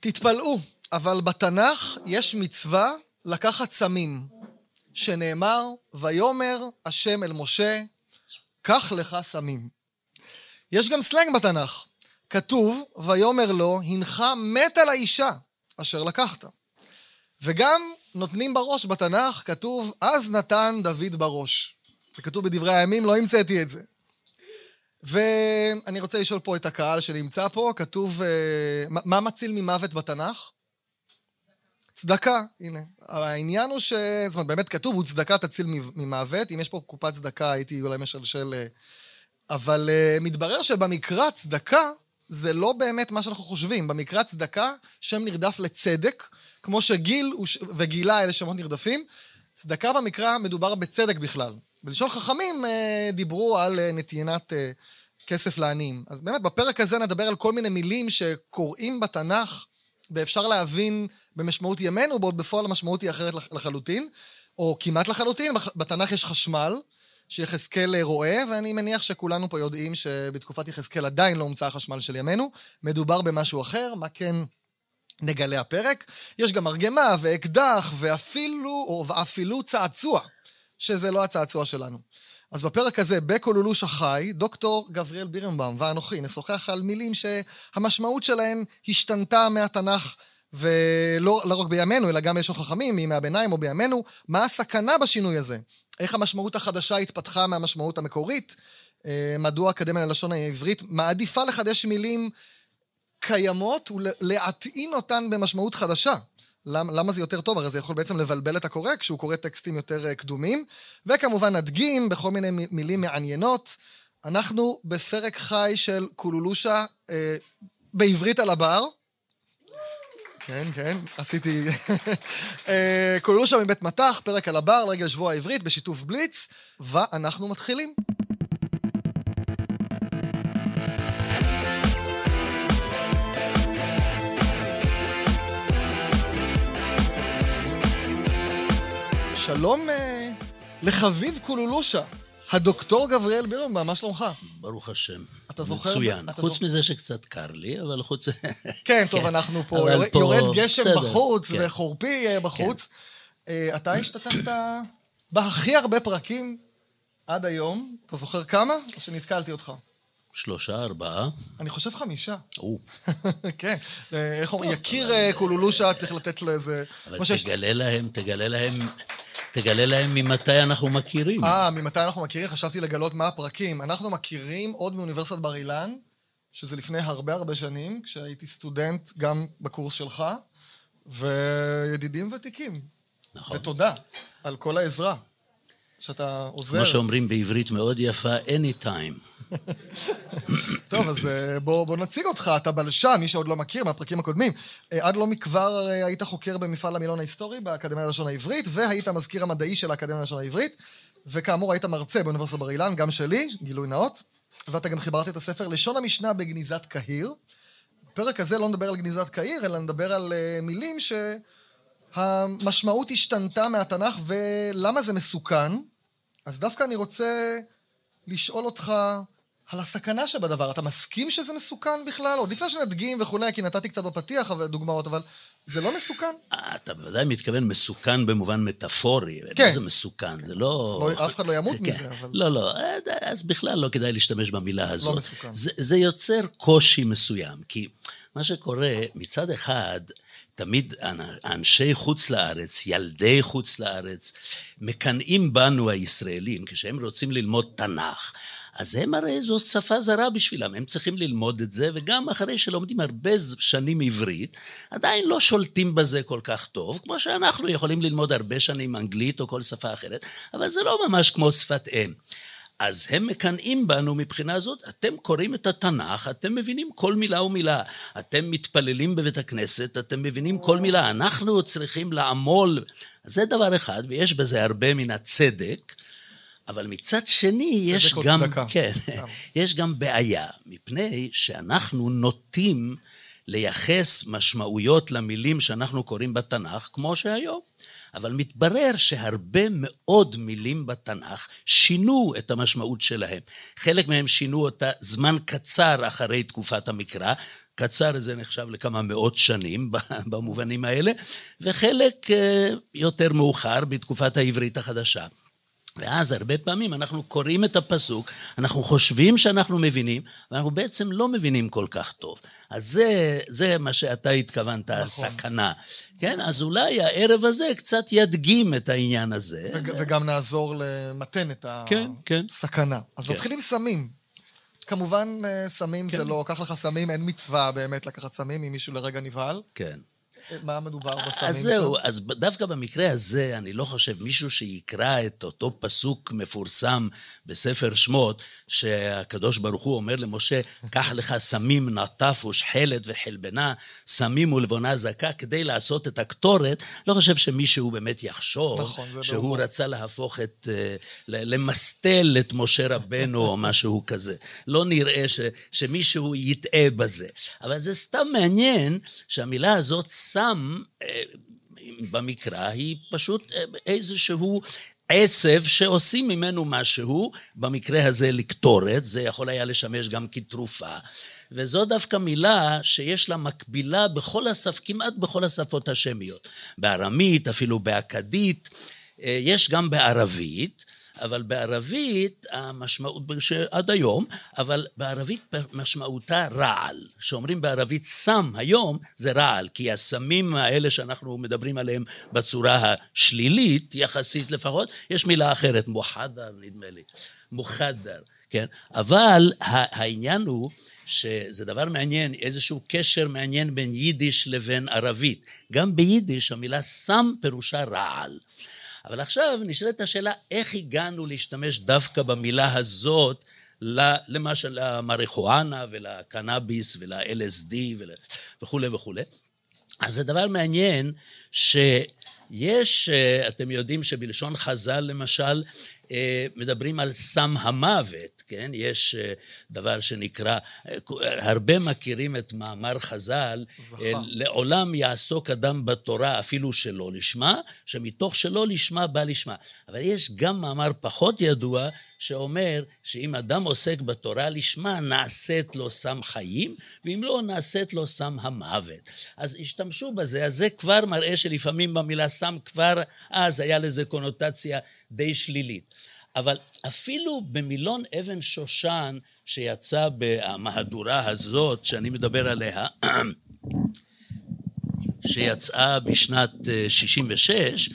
תתפלאו, אבל בתנ"ך יש מצווה לקחת סמים, שנאמר, ויאמר השם אל משה, קח לך סמים. יש גם סלנג בתנ"ך, כתוב, ויאמר לו, הנך מת על האישה אשר לקחת. וגם נותנים בראש בתנ"ך, כתוב, אז נתן דוד בראש. זה כתוב בדברי הימים, לא המצאתי את זה. ואני רוצה לשאול פה את הקהל שנמצא פה, כתוב, מה מציל ממוות בתנ"ך? צדקה, הנה. העניין הוא זאת אומרת, באמת כתוב, הוא צדקה תציל ממוות, אם יש פה קופת צדקה, הייתי אולי משלשל, אבל מתברר שבמקרא צדקה, זה לא באמת מה שאנחנו חושבים. במקרא צדקה, שם נרדף לצדק, כמו שגיל וגילה אלה שמות נרדפים, צדקה במקרא מדובר בצדק בכלל. בלשון חכמים דיברו על נתינת כסף לעניים. אז באמת בפרק הזה נדבר על כל מיני מילים שקוראים בתנ"ך, ואפשר להבין במשמעות ימינו, בעוד בפועל המשמעות היא אחרת לחלוטין, או כמעט לחלוטין. בתנ"ך יש חשמל, שיחזקאל רואה, ואני מניח שכולנו פה יודעים שבתקופת יחזקאל עדיין לא הומצא החשמל של ימינו, מדובר במשהו אחר, מה כן נגלה הפרק. יש גם מרגמה ואקדח, ואפילו צעצוע, שזה לא הצעצוע שלנו. אז בפרק הזה, בקולולוש החי, דוקטור גבריאל בירנבאום ואנוכי נשוחח על מילים שהמשמעות שלהן השתנתה מהתנ"ך, ולא רק בימינו, אלא גם בלשון חכמים, מימי הביניים או בימינו. מה הסכנה בשינוי הזה? איך המשמעות החדשה התפתחה מהמשמעות המקורית? מדוע האקדמיה ללשון העברית מעדיפה לחדש מילים קיימות ולהטעין אותן במשמעות חדשה? למה זה יותר טוב? הרי זה יכול בעצם לבלבל את הקורא כשהוא קורא טקסטים יותר קדומים. וכמובן נדגים בכל מיני מילים מעניינות. אנחנו בפרק חי של קולולושה בעברית על הבר. כן, כן, עשיתי קולולושה מבית מתח, פרק על הבר, לרגל שבוע העברית, בשיתוף בליץ, ואנחנו מתחילים. שלום לחביב קולולושה, הדוקטור גבריאל בירנבאום, מה שלומך? ברוך השם, אתה זוכר? מצוין. חוץ מזה שקצת קר לי, אבל חוץ... כן, טוב, אנחנו פה, יורד גשם בחוץ וחורפי בחוץ. אתה השתתפת בהכי הרבה פרקים עד היום, אתה זוכר כמה? או שנתקלתי אותך? 3, 4. אני חושב 5. כן, יקיר קולולושה צריך לתת לו איזה... אבל תגלה להם ממתי אנחנו מכירים. ממתי אנחנו מכירים? חשבתי לגלות מה הפרקים. אנחנו מכירים עוד מאוניברסיטת בר אילן, שזה לפני הרבה שנים, כשהייתי סטודנט גם בקורס שלך, וידידים ותיקים. נכון. ותודה על כל העזרה שאתה עוזר. כמו שאומרים בעברית מאוד יפה, anytime. טוב, אז בוא נציג אותך, אתה בלשן, מי שעוד לא מכיר מהפרקים הקודמים. עד לא מכבר היית חוקר במפעל המילון ההיסטורי באקדמיה ללשון העברית, והיית המזכיר המדעי של האקדמיה ללשון העברית, וכאמור היית מרצה באוניברסיטת בר אילן, גם שלי, גילוי נאות, ואתה גם חיברת את הספר לשון המשנה בגניזת קהיר. בפרק הזה לא נדבר על גניזת קהיר, אלא נדבר על מילים שהמשמעות השתנתה מהתנ"ך, ולמה זה מסוכן. אז דווקא אני רוצה לשאול אותך על הסכנה שבדבר. אתה מסכים שזה מסוכן בכלל? עוד לפני שנדגים וכולי, כי נתתי קצת בפתיח דוגמאות, אבל זה לא מסוכן? אתה בוודאי מתכוון מסוכן במובן מטאפורי. כן. זה מסוכן, זה לא... אף אחד לא ימות מזה, אבל... לא, אז בכלל לא כדאי להשתמש במילה הזאת. לא מסוכן. זה יוצר קושי מסוים, כי מה שקורה מצד אחד... תמיד אנשי חוץ לארץ, ילדי חוץ לארץ, מקנאים בנו הישראלים, כשהם רוצים ללמוד תנ"ך, אז הם הרי זאת שפה זרה בשבילם, הם צריכים ללמוד את זה, וגם אחרי שלומדים הרבה שנים עברית, עדיין לא שולטים בזה כל כך טוב, כמו שאנחנו יכולים ללמוד הרבה שנים אנגלית או כל שפה אחרת, אבל זה לא ממש כמו שפת אם. אז הם מקנאים בנו מבחינה זאת, אתם קוראים את התנ"ך, אתם מבינים כל מילה ומילה, אתם מתפללים בבית הכנסת, אתם מבינים כל מילה, אנחנו צריכים לעמול, זה דבר אחד, ויש בזה הרבה מן הצדק, אבל מצד שני יש גם בעיה, מפני שאנחנו נוטים לייחס משמעויות למילים שאנחנו קוראים בתנ"ך, כמו שהיום. אבל מתברר שהרבה מאוד מילים בתנ"ך שינו את המשמעות שלהם. חלק מהם שינו אותה זמן קצר אחרי תקופת המקרא, קצר זה נחשב לכמה מאות שנים במובנים האלה, וחלק יותר מאוחר בתקופת העברית החדשה. ואז הרבה פעמים אנחנו קוראים את הפסוק, אנחנו חושבים שאנחנו מבינים, ואנחנו בעצם לא מבינים כל כך טוב. אז זה מה שאתה התכוונת, הסכנה. כן, אז אולי הערב הזה קצת ידגים את העניין הזה. וגם נעזור למתן את הסכנה. אז נתחיל עם סמים. כמובן, סמים זה לא, קח לך סמים, אין מצווה באמת לקחת סמים, אם מישהו לרגע נבהל. כן. מה מדובר בסמים? אז זהו, אז דווקא במקרה הזה, אני לא חושב מישהו שיקרא את אותו פסוק מפורסם בספר שמות, שהקדוש ברוך הוא אומר למשה, קח לך סמים נטף ושחלת וחלבנה, סמים ולבונה זכה, כדי לעשות את הקטורת, לא חושב שמישהו באמת יחשוב, נכון, שהוא רצה להפוך למסתל את משה רבנו או משהו כזה. לא נראה שמישהו יטעה בזה. אבל זה סתם מעניין שהמילה הזאת סם במקרא היא פשוט איזשהו עשב שעושים ממנו משהו, במקרה הזה לקטורת, זה יכול היה לשמש גם כתרופה, וזו דווקא מילה שיש לה מקבילה כמעט בכל השפות השמיות, בארמית, אפילו באכדית, יש גם בערבית, אבל בערבית המשמעות, עד היום, אבל בערבית משמעותה רעל. שאומרים בערבית סם היום זה רעל, כי הסמים האלה שאנחנו מדברים עליהם בצורה השלילית, יחסית לפחות, יש מילה אחרת, מוחדר נדמה לי, מוחדר, כן? אבל העניין הוא שזה דבר מעניין, איזשהו קשר מעניין בין יידיש לבין ערבית. גם ביידיש המילה סם פירושה רעל. אבל עכשיו נשאלת השאלה, איך הגענו להשתמש דווקא במילה הזאת, למשל למריחואנה ולקנאביס ול-LSD וכו' וכו'. אז זה דבר מעניין שיש, אתם יודעים שבלשון חז"ל למשל, מדברים על סם המוות, כן? יש דבר שנקרא, הרבה מכירים את מאמר חז"ל, לעולם יעסוק אדם בתורה אפילו שלא לשמה, שמתוך שלא לשמה בא לשמה. אבל יש גם מאמר פחות ידוע שאומר שאם אדם עוסק בתורה לשמה, נעשית לו סם חיים, ואם לא נעשית לו סם המוות. אז השתמשו בזה, אז זה כבר מראה שלפעמים במילה סם כבר אז היה לזה קונוטציה די שלילית. אבל אפילו במילון אבן שושן שיצא במהדורה הזאת שאני מדבר עליה, שיצאה בשנת 66,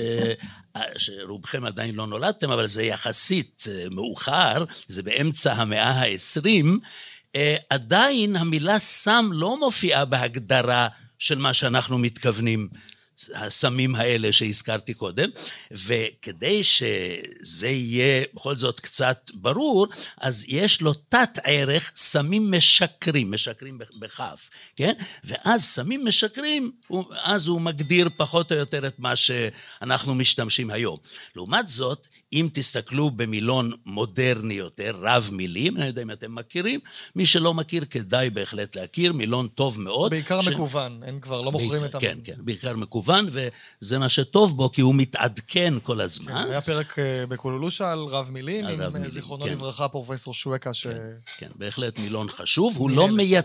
שרובכם עדיין לא נולדתם, אבל זה יחסית מאוחר, זה באמצע המאה ה-20, עדיין המילה סם לא מופיעה בהגדרה של מה שאנחנו מתכוונים, הסמים האלה שהזכרתי קודם, וכדי שזה יהיה בכל זאת קצת ברור, אז יש לו תת ערך סמים משקרים בכף, כן? ואז סמים משקרים, אז הוא מגדיר פחות או יותר את מה שאנחנו משתמשים היום. לעומת זאת, אם תסתכלו במילון מודרני יותר, רב מילים, אני יודע אם אתם מכירים, מי שלא מכיר כדאי בהחלט להכיר, מילון טוב מאוד. בעיקר מקוון, הם כבר לא מוכרים את כן, כן, בעיקר מקוון, וזה מה שטוב בו, כי הוא מתעדכן כל הזמן. היה פרק בקולולושה על רב מילים, עם זיכרונו לברכה פרופסור שואקה. כן, בהחלט מילון חשוב, הוא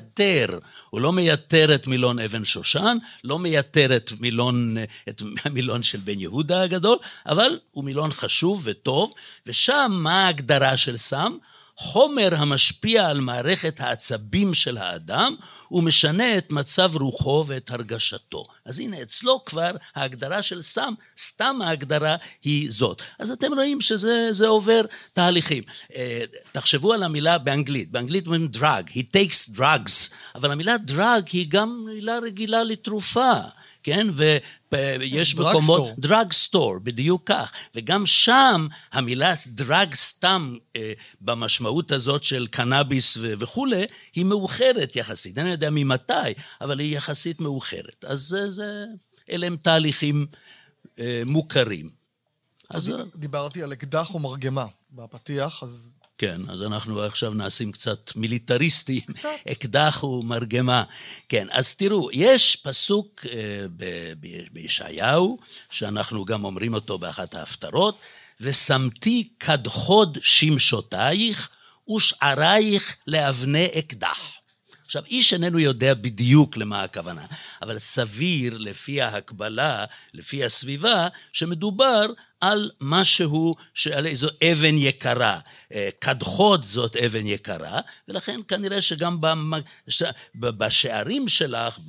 לא מייתר את מילון אבן שושן, לא מייתר את המילון של בן יהודה הגדול, אבל הוא מילון חשוב וטוב, ושם מה ההגדרה של סם? חומר המשפיע על מערכת העצבים של האדם, ומשנה את מצב רוחו ואת הרגשתו. אז הנה, אצלו כבר ההגדרה של סם, סתם ההגדרה היא זאת. אז אתם רואים שזה עובר תהליכים. תחשבו על המילה באנגלית. באנגלית אומרים drug, he takes drugs. אבל המילה drug היא גם מילה רגילה לתרופה. כן, ויש מקומות, דרג סטור, בדיוק כך, וגם שם המילה דרג סתם במשמעות הזאת של קנאביס וכו', היא מאוחרת יחסית, אני לא יודע ממתי, אבל היא יחסית מאוחרת, אז אלה הם תהליכים מוכרים. דיברתי על אקדח או מרגמה בפתיח, אז... כן, אז אנחנו עכשיו נעשים קצת מיליטריסטים, אקדח ומרגמה. כן, אז תראו, יש פסוק בישעיהו, שאנחנו גם אומרים אותו באחת ההפטרות, ושמתי כד חוד שמשותייך ושערייך לאבני אקדח. עכשיו, איש איננו יודע בדיוק למה הכוונה, אבל סביר לפי ההקבלה, לפי הסביבה, שמדובר על משהו, על איזו אבן יקרה. קדחות זאת אבן יקרה, ולכן כנראה שגם בשערים שלך,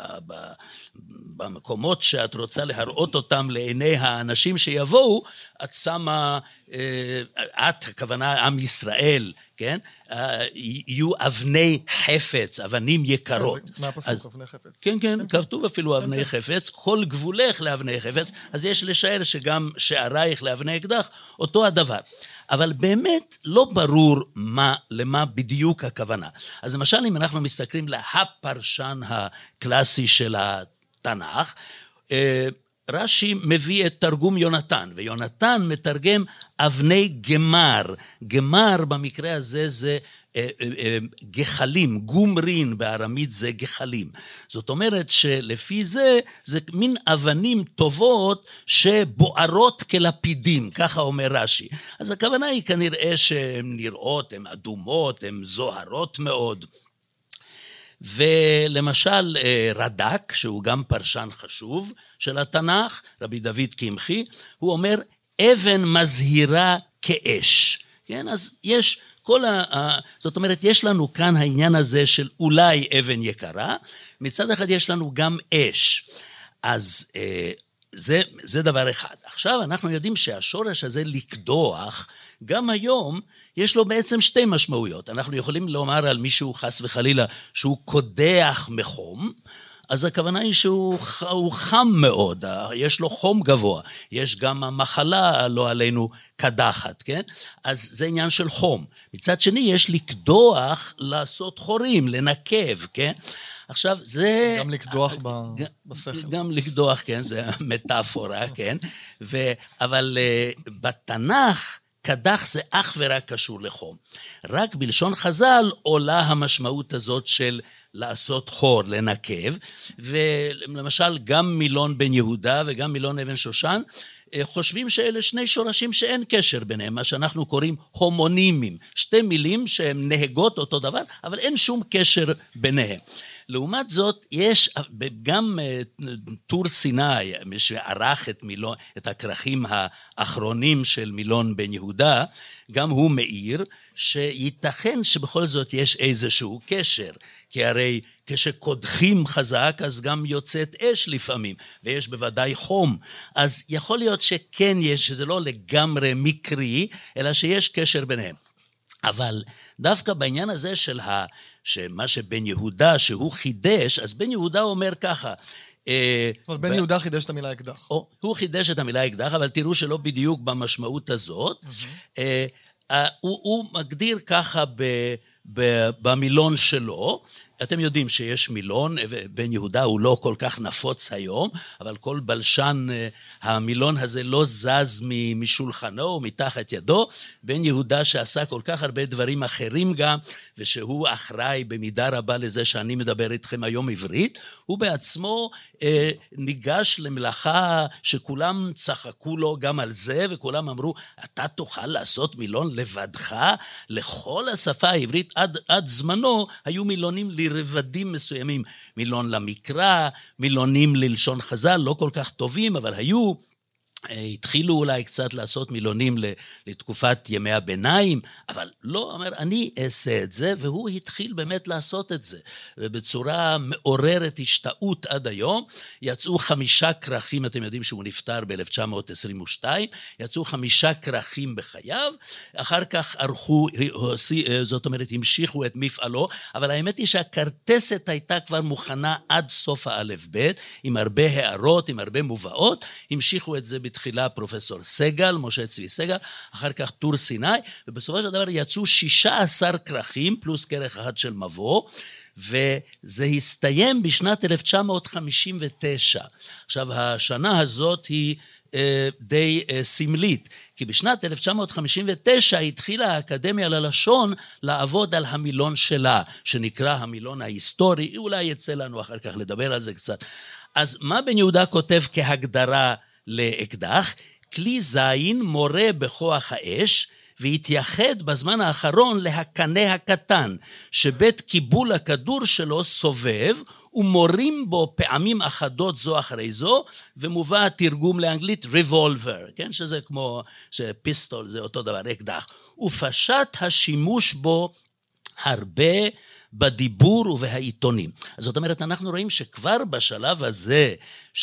במקומות שאת רוצה להראות אותם לעיני האנשים שיבואו, את שמה, את, הכוונה עם ישראל, כן? יהיו אבני חפץ, אבנים יקרות. מה הפסוק, אבני חפץ? כן, כן, כתוב אפילו אבני חפץ, כל גבולך לאבני חפץ, אז יש לשער שגם שערייך לאבני אקדח, אותו הדבר. אבל באמת לא ברור למה בדיוק הכוונה. אז למשל, אם אנחנו מסתכלים להפרשן הקלאסי של התנ"ך, רש"י מביא את תרגום יונתן, ויונתן מתרגם אבני גמר. גמר במקרה הזה זה גחלים, גומרין בארמית זה גחלים. זאת אומרת שלפי זה, זה מין אבנים טובות שבוערות כלפידים, ככה אומר רש"י. אז הכוונה היא כנראה שהן נראות, הן אדומות, הן זוהרות מאוד. ולמשל רד"ק, שהוא גם פרשן חשוב של התנ"ך, רבי דוד קמחי, הוא אומר, אבן מזהירה כאש. כן, אז יש זאת אומרת, יש לנו כאן העניין הזה של אולי אבן יקרה, מצד אחד יש לנו גם אש. אז זה דבר אחד. עכשיו אנחנו יודעים שהשורש הזה לקדוח, גם היום יש לו בעצם שתי משמעויות. אנחנו יכולים לומר על מישהו חס וחלילה שהוא קודח מחום, אז הכוונה היא שהוא חם מאוד, יש לו חום גבוה, יש גם המחלה לא עלינו קדחת, כן? אז זה עניין של חום. מצד שני יש לקדוח לעשות חורים, לנקב, כן? עכשיו זה... גם לקדוח בשכל. גם לקדוח, כן, זה מטאפורה, כן? אבל בתנ"ך, קדח זה אך ורק קשור לחום. רק בלשון חז"ל עולה המשמעות הזאת של לעשות חור, לנקב, ולמשל גם מילון בן יהודה וגם מילון אבן שושן, חושבים שאלה שני שורשים שאין קשר ביניהם, מה שאנחנו קוראים הומונימים, שתי מילים שהן נהגות אותו דבר, אבל אין שום קשר ביניהם. לעומת זאת, יש גם טור סיני, מי שערך את הכרכים האחרונים של מילון בן יהודה, גם הוא מאיר שייתכן שבכל זאת יש איזשהו קשר, כי הרי כשקודחים חזק אז גם יוצאת אש לפעמים, ויש בוודאי חום, אז יכול להיות שכן יש, שזה לא לגמרי מקרי, אלא שיש קשר ביניהם. אבל דווקא בעניין הזה של שמה שבן יהודה שהוא חידש, אז בן יהודה אומר ככה, זאת אומרת, בן יהודה חידש את המילה אקדח. הוא חידש את המילה אקדח, אבל תראו שלא בדיוק במשמעות הזאת. הוא מגדיר ככה במילון שלו, אתם יודעים שיש מילון, בן יהודה הוא לא כל כך נפוץ היום, אבל כל בלשן המילון הזה לא זז משולחנו, מתחת ידו, בן יהודה שעשה כל כך הרבה דברים אחרים גם, ושהוא אחראי במידה רבה לזה שאני מדבר איתכם היום עברית, הוא בעצמו ניגש למלאכה שכולם צחקו לו גם על זה, וכולם אמרו, אתה תוכל לעשות מילון לבדך? לכל השפה העברית עד זמנו היו מילונים לרבדים מסוימים, מילון למקרא, מילונים ללשון חז"ל, לא כל כך טובים, אבל התחילו אולי קצת לעשות מילונים לתקופת ימי הביניים, אבל לא, אומר, אני אעשה את זה, והוא התחיל באמת לעשות את זה, ובצורה מעוררת השתאות עד היום, יצאו 5 כרכים, אתם יודעים שהוא נפטר ב-1922, יצאו 5 כרכים בחייו, אחר כך זאת אומרת, המשיכו את מפעלו, אבל האמת היא שהקרטסת הייתה כבר מוכנה עד סוף האלף בית, עם הרבה הערות, עם הרבה מובאות, המשיכו את זה בתחילה פרופסור סגל, משה צבי סגל, אחר כך טור סיני, ובסופו של דבר יצאו 16 כרכים, פלוס כרך אחד של מבוא, וזה הסתיים בשנת 1959. עכשיו, השנה הזאת היא די סמלית, כי בשנת 1959 התחילה האקדמיה ללשון לעבוד על המילון שלה, שנקרא המילון ההיסטורי, אולי יצא לנו אחר כך לדבר על זה קצת. אז מה בן יהודה כותב כהגדרה לאקדח? כלי זין מורה בכוח האש, והתייחד בזמן האחרון להקנה הקטן, שבית קיבול הכדור שלו סובב, ומורים בו פעמים אחדות זו אחרי זו, ומובא תרגום לאנגלית revolver, כן? שזה כמו שפיסטול, זה אותו דבר, אקדח. ופשט השימוש בו הרבה בדיבור ובעיתונים. אז זאת אומרת, אנחנו רואים שכבר בשלב הזה,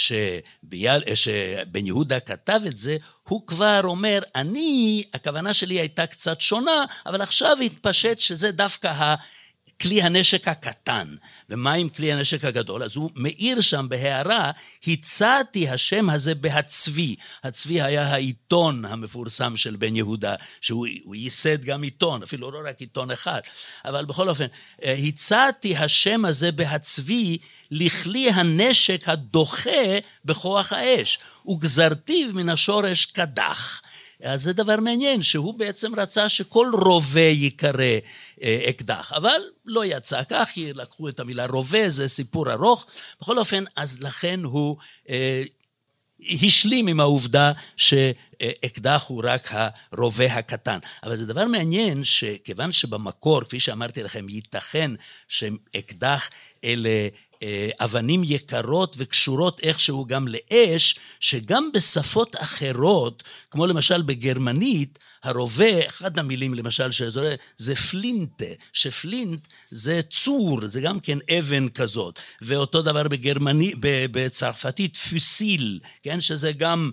שבן יהודה כתב את זה, הוא כבר אומר, הכוונה שלי הייתה קצת שונה, אבל עכשיו התפשט שזה דווקא כלי הנשק הקטן. ומה עם כלי הנשק הגדול? אז הוא מאיר שם בהערה, הצעתי השם הזה בהצבי. הצבי היה העיתון המפורסם של בן יהודה, שהוא ייסד גם עיתון, אפילו לא רק עיתון אחד. אבל בכל אופן, הצעתי השם הזה בהצבי, לכלי הנשק הדוחה בכוח האש, וגזרתיו מן השורש קדח. אז זה דבר מעניין, שהוא בעצם רצה שכל רובה יקרא אקדח, אבל לא יצא כך, כי לקחו את המילה רובה, זה סיפור ארוך, בכל אופן, אז לכן הוא השלים עם העובדה שאקדח הוא רק הרובה הקטן. אבל זה דבר מעניין, שכיוון שבמקור, כפי שאמרתי לכם, ייתכן שאקדח אלה אבנים יקרות וקשורות איכשהו גם לאש, שגם בשפות אחרות, כמו למשל בגרמנית, הרובה, אחד המילים למשל שזורה, זה פלינטה, שפלינט זה צור, זה גם כן אבן כזאת, ואותו דבר בצרפתית פוסיל, כן, שזה גם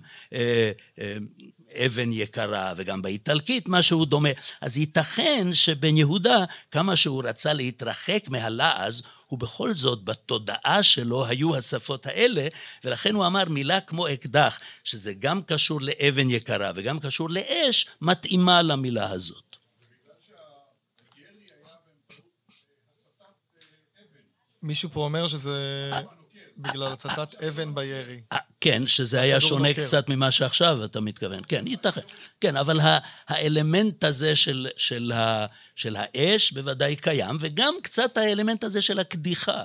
אבן יקרה, וגם באיטלקית משהו דומה. אז ייתכן שבן יהודה, כמה שהוא רצה להתרחק מהלעז, הוא בכל זאת בתודעה שלו היו השפות האלה, ולכן הוא אמר מילה כמו אקדח, שזה גם קשור לאבן יקרה וגם קשור לאש, מתאימה למילה הזאת. מישהו פה אומר שזה בגלל הצתת אבן בירי. כן, שזה היה שונה קצת ממה שעכשיו אתה מתכוון. כן, ייתכן. כן, אבל האלמנט הזה של האש בוודאי קיים, וגם קצת האלמנט הזה של הקדיחה.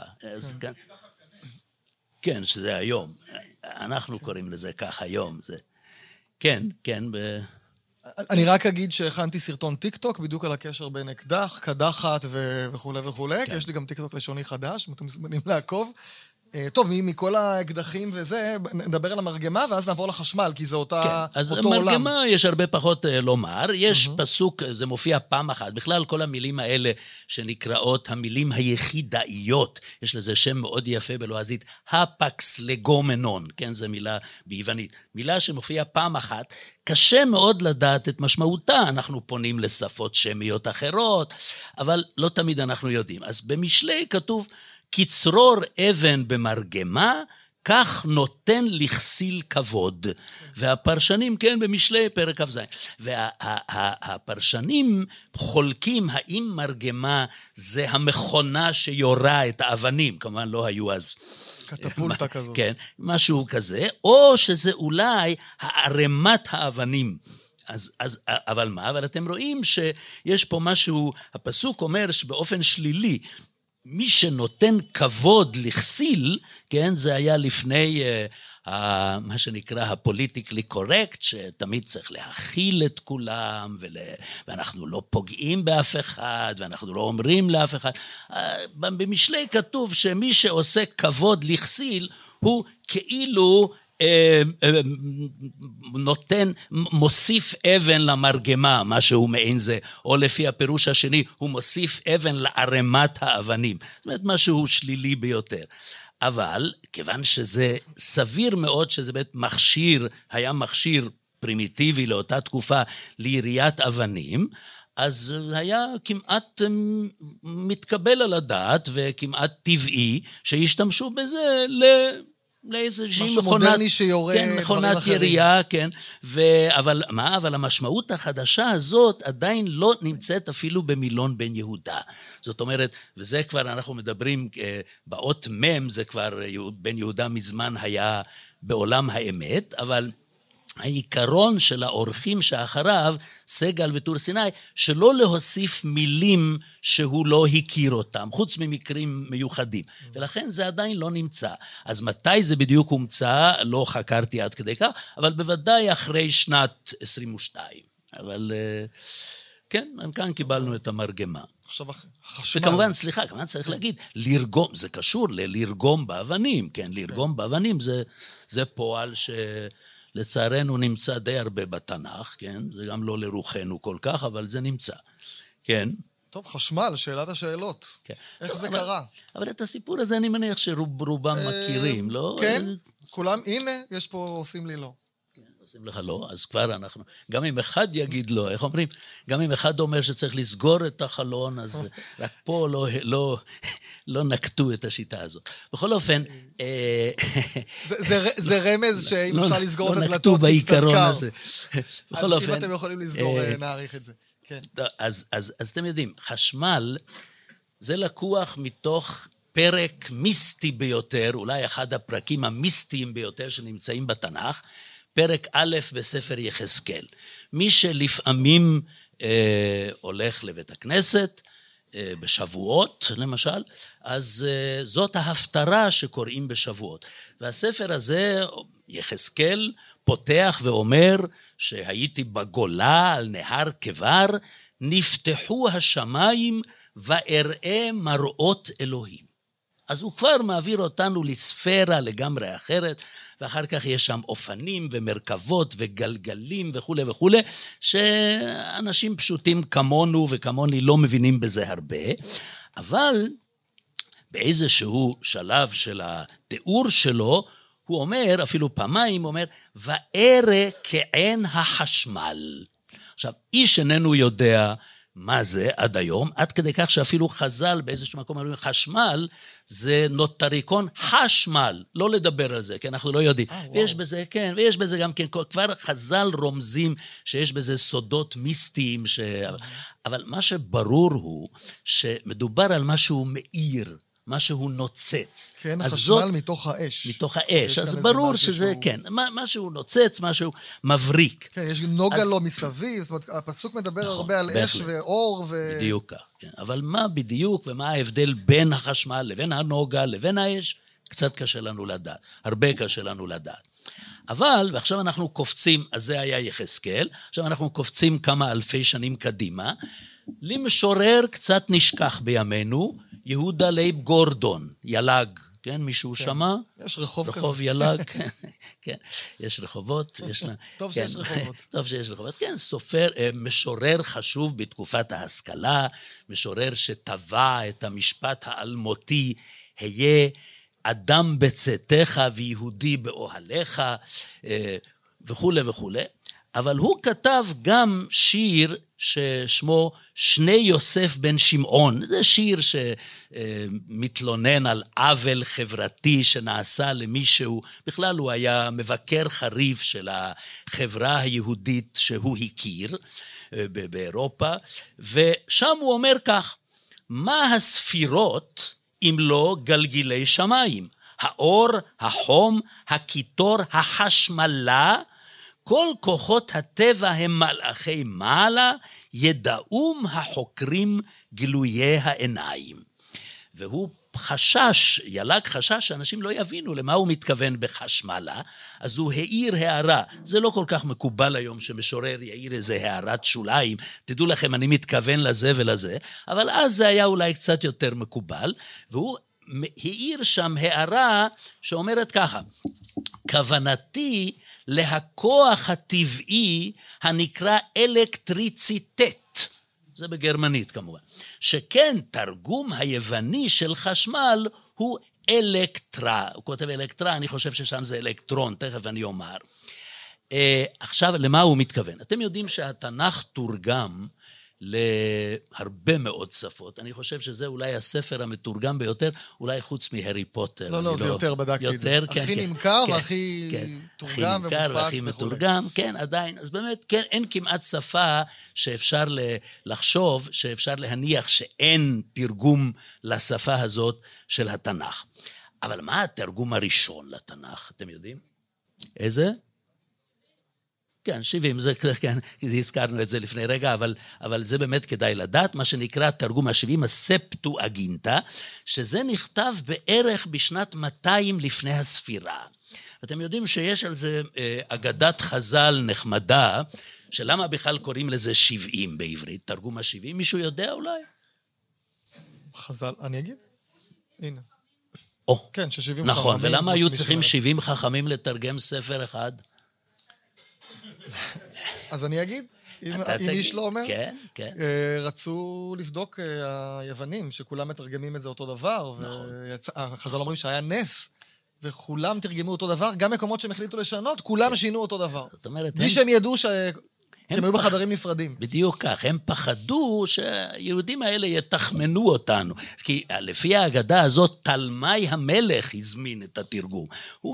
כן, שזה היום. אנחנו קוראים לזה כך היום. כן, כן. אני רק אגיד שהכנתי סרטון טיקטוק, בדיוק על הקשר בין אקדח, קדחת וכו' וכו'. יש לי גם טיקטוק לשוני חדש, אם אתם מוזמנים לעקוב. טוב, מכל האקדחים וזה, נדבר על המרגמה, ואז נעבור לחשמל, כי זה אותו עולם. אז המרגמה יש הרבה פחות לומר, יש פסוק, זה מופיע פעם אחת, בכלל כל המילים האלה שנקראות המילים היחידאיות, יש לזה שם מאוד יפה בלועזית, הפקס לגומנון, כן, זו מילה ביוונית, מילה שמופיעה פעם אחת, קשה מאוד לדעת את משמעותה, אנחנו פונים לשפות שמיות אחרות, אבל לא תמיד אנחנו יודעים. אז במשלי כתוב, קצרור אבן במרגמה, כך נותן לכסיל כבוד. והפרשנים, כן, במשלי פרק כ"ז. והפרשנים חולקים האם מרגמה זה המכונה שיורה את האבנים, כמובן לא היו אז. קטפולטה כזאת. כן, משהו כזה, או שזה אולי הערמת האבנים. אבל מה? אבל אתם רואים שיש פה משהו, הפסוק אומר שבאופן שלילי, מי שנותן כבוד לכסיל, כן, זה היה לפני מה שנקרא הפוליטיקלי קורקט, שתמיד צריך להכיל את כולם, ואנחנו לא פוגעים באף אחד, ואנחנו לא אומרים לאף אחד. במשלי כתוב שמי שעושה כבוד לכסיל, הוא כאילו נותן, מוסיף אבן למרגמה, משהו מעין זה, או לפי הפירוש השני, הוא מוסיף אבן לערמת האבנים. זאת אומרת, משהו שלילי ביותר. אבל, כיוון שזה סביר מאוד, שזה באמת מכשיר, היה מכשיר פרימיטיבי לאותה תקופה, ליריית אבנים, אז היה כמעט מתקבל על הדעת, וכמעט טבעי, שהשתמשו בזה לאיזושהי מכונת ירייה, כן. אבל מה? אבל המשמעות החדשה הזאת עדיין לא נמצאת אפילו במילון בן יהודה. זאת אומרת, וזה כבר אנחנו מדברים באות מם, זה כבר בן יהודה מזמן היה בעולם האמת, אבל העיקרון של האורחים שאחריו, סגל וטור סיני, שלא להוסיף מילים שהוא לא הכיר אותם, חוץ ממקרים מיוחדים. ולכן זה עדיין לא נמצא. אז מתי זה בדיוק הומצא? לא חקרתי עד כדי כך, אבל בוודאי אחרי שנת 22. אבל כן, כאן קיבלנו את המרגמה. עכשיו, החשמל. וכמובן, סליחה, כמובן צריך להגיד, לרגום, זה קשור ללרגום באבנים, כן, לרגום באבנים זה פועל שלצערנו נמצא די הרבה בתנ"ך, כן, זה גם לא לרוחנו כל כך, אבל זה נמצא, כן. טוב, חשמל, שאלת השאלות. כן. איך זה קרה? אבל את הסיפור הזה אני מניח שרובם מכירים, לא? כן, כולם, הנה, יש פה, עושים לי לא. עושים לך לא, אז כבר אנחנו, גם אם אחד יגיד לא, איך אומרים? גם אם אחד אומר שצריך לסגור את החלון, אז רק פה לא נקטו את השיטה הזאת. בכל אופן, זה רמז שאם אפשר לסגור את הדלתות, לא נקטו בעיקרון הזה. בכל אופן, אז אם אתם יכולים לסגור, נעריך את זה. אז אתם יודעים, חשמל זה לקוח מתוך פרק מיסטי ביותר, אולי אחד הפרקים המיסטיים ביותר שנמצאים בתנ"ך, פרק א' בספר יחזקאל. מי שלפעמים הולך לבית הכנסת, בשבועות למשל, אז זאת ההפטרה שקוראים בשבועות. והספר הזה, יחזקאל, פותח ואומר שהייתי בגולה על נהר כבר, נפתחו השמיים ואראה מראות אלוהים. אז הוא כבר מעביר אותנו לספירה לגמרי אחרת, ואחר כך יש שם אופנים ומרכבות וגלגלים וכו' וכו', שאנשים פשוטים כמונו וכמוני לא מבינים בזה הרבה, אבל באיזשהו שלב של התיאור שלו, הוא אומר, אפילו פעמיים, הוא אומר, ואראה כעין החשמל. עכשיו, איש איננו יודע מה זה עד היום, עד כדי כך שאפילו חז"ל באיזשהו מקום אומרים, חשמל זה נוטריקון חשמל, לא לדבר על זה, כי אנחנו לא יודעים. ויש בזה, כן, ויש בזה גם כן, כבר חז"ל רומזים שיש בזה סודות מיסטיים, אבל מה שברור הוא שמדובר על משהו מאיר, משהו נוצץ. כן, החשמל מתוך האש. מתוך האש, אז ברור שזה, כן, משהו נוצץ, משהו מבריק. כן, יש גם נוגה לו מסביב, זאת אומרת, הפסוק מדבר הרבה על אש ואור בדיוק כך, כן. אבל מה בדיוק ומה ההבדל בין החשמל לבין הנוגה לבין האש, קצת קשה לנו לדעת, הרבה קשה לנו לדעת. אבל, ועכשיו אנחנו קופצים, אז זה היה יחזקאל, עכשיו אנחנו קופצים כמה אלפי שנים קדימה, למשורר קצת נשכח בימינו, יהודה לייב גורדון, ילג, כן, מישהו שמע? יש רחוב כזה. רחוב ילג, כן, יש רחובות. טוב שיש רחובות. טוב שיש רחובות, כן, משורר חשוב בתקופת ההשכלה, משורר שטבע את המשפט האלמותי, היה אדם בצאתך ויהודי באוהליך, וכו' וכו'. אבל הוא כתב גם שיר ששמו שני יוסף בן שמעון. זה שיר שמתלונן על עוול חברתי שנעשה למישהו. בכלל הוא היה מבקר חריף של החברה היהודית שהוא הכיר באירופה. ושם הוא אומר כך, מה הספירות אם לא גלגילי שמיים? האור, החום, הקיטור, החשמלה, כל כוחות הטבע הם מלאכי מעלה, ידעום החוקרים גלויי העיניים. והוא חשש, ילג חשש שאנשים לא יבינו למה הוא מתכוון בחשמלה, אז הוא העיר הערה. זה לא כל כך מקובל היום שמשורר יעיר איזה הערת שוליים, תדעו לכם אני מתכוון לזה ולזה, אבל אז זה היה אולי קצת יותר מקובל, והוא העיר שם הערה שאומרת ככה, כוונתי להכוח הטבעי הנקרא אלקטריציטט, זה בגרמנית כמובן, שכן תרגום היווני של חשמל הוא אלקטרה, הוא כותב אלקטרה, אני חושב ששם זה אלקטרון, תכף אני אומר. עכשיו למה הוא מתכוון? אתם יודעים שהתנ"ך תורגם להרבה מאוד שפות, אני חושב שזה אולי הספר המתורגם ביותר, אולי חוץ מהרי פוטר. לא, זה יותר, בדקתי את זה. הכי נמכר והכי תורגם ומודפס והכי מתורגם, כן, עדיין, אז באמת, כן, אין כמעט שפה שאפשר לחשוב, שאפשר להניח שאין תרגום לשפה הזאת של התנ"ך. אבל מה התרגום הראשון לתנ"ך, אתם יודעים? איזה? כן, 70, זה, כן, הזכרנו את זה לפני רגע, אבל זה באמת כדאי לדעת, מה שנקרא תרגום ה-70, הספטואגינטה, שזה נכתב בערך בשנת 200 לפני הספירה. אתם יודעים שיש על זה אגדת חז"ל נחמדה, שלמה בכלל קוראים לזה 70 בעברית, תרגום ה-70, מישהו יודע אולי? חז"ל, אני אגיד? הנה. או, כן, ש-70 נכון, חכמים. ולמה היו צריכים 70 חכמים לתרגם ספר אחד? אז אני אגיד, אם איש לא אומר, כן, כן. רצו לבדוק היוונים, שכולם מתרגמים את זה אותו דבר, וחז"ל אומרים שהיה נס, וכולם תרגמו אותו דבר, גם מקומות שהם החליטו לשנות, כולם שינו אותו דבר. זאת אומרת, בלי שהם ידעו הם היו בחדרים נפרדים. בדיוק כך, הם פחדו שהיהודים האלה יתחמנו אותנו. כי לפי ההגדה הזאת, תלמי המלך הזמין את התרגום.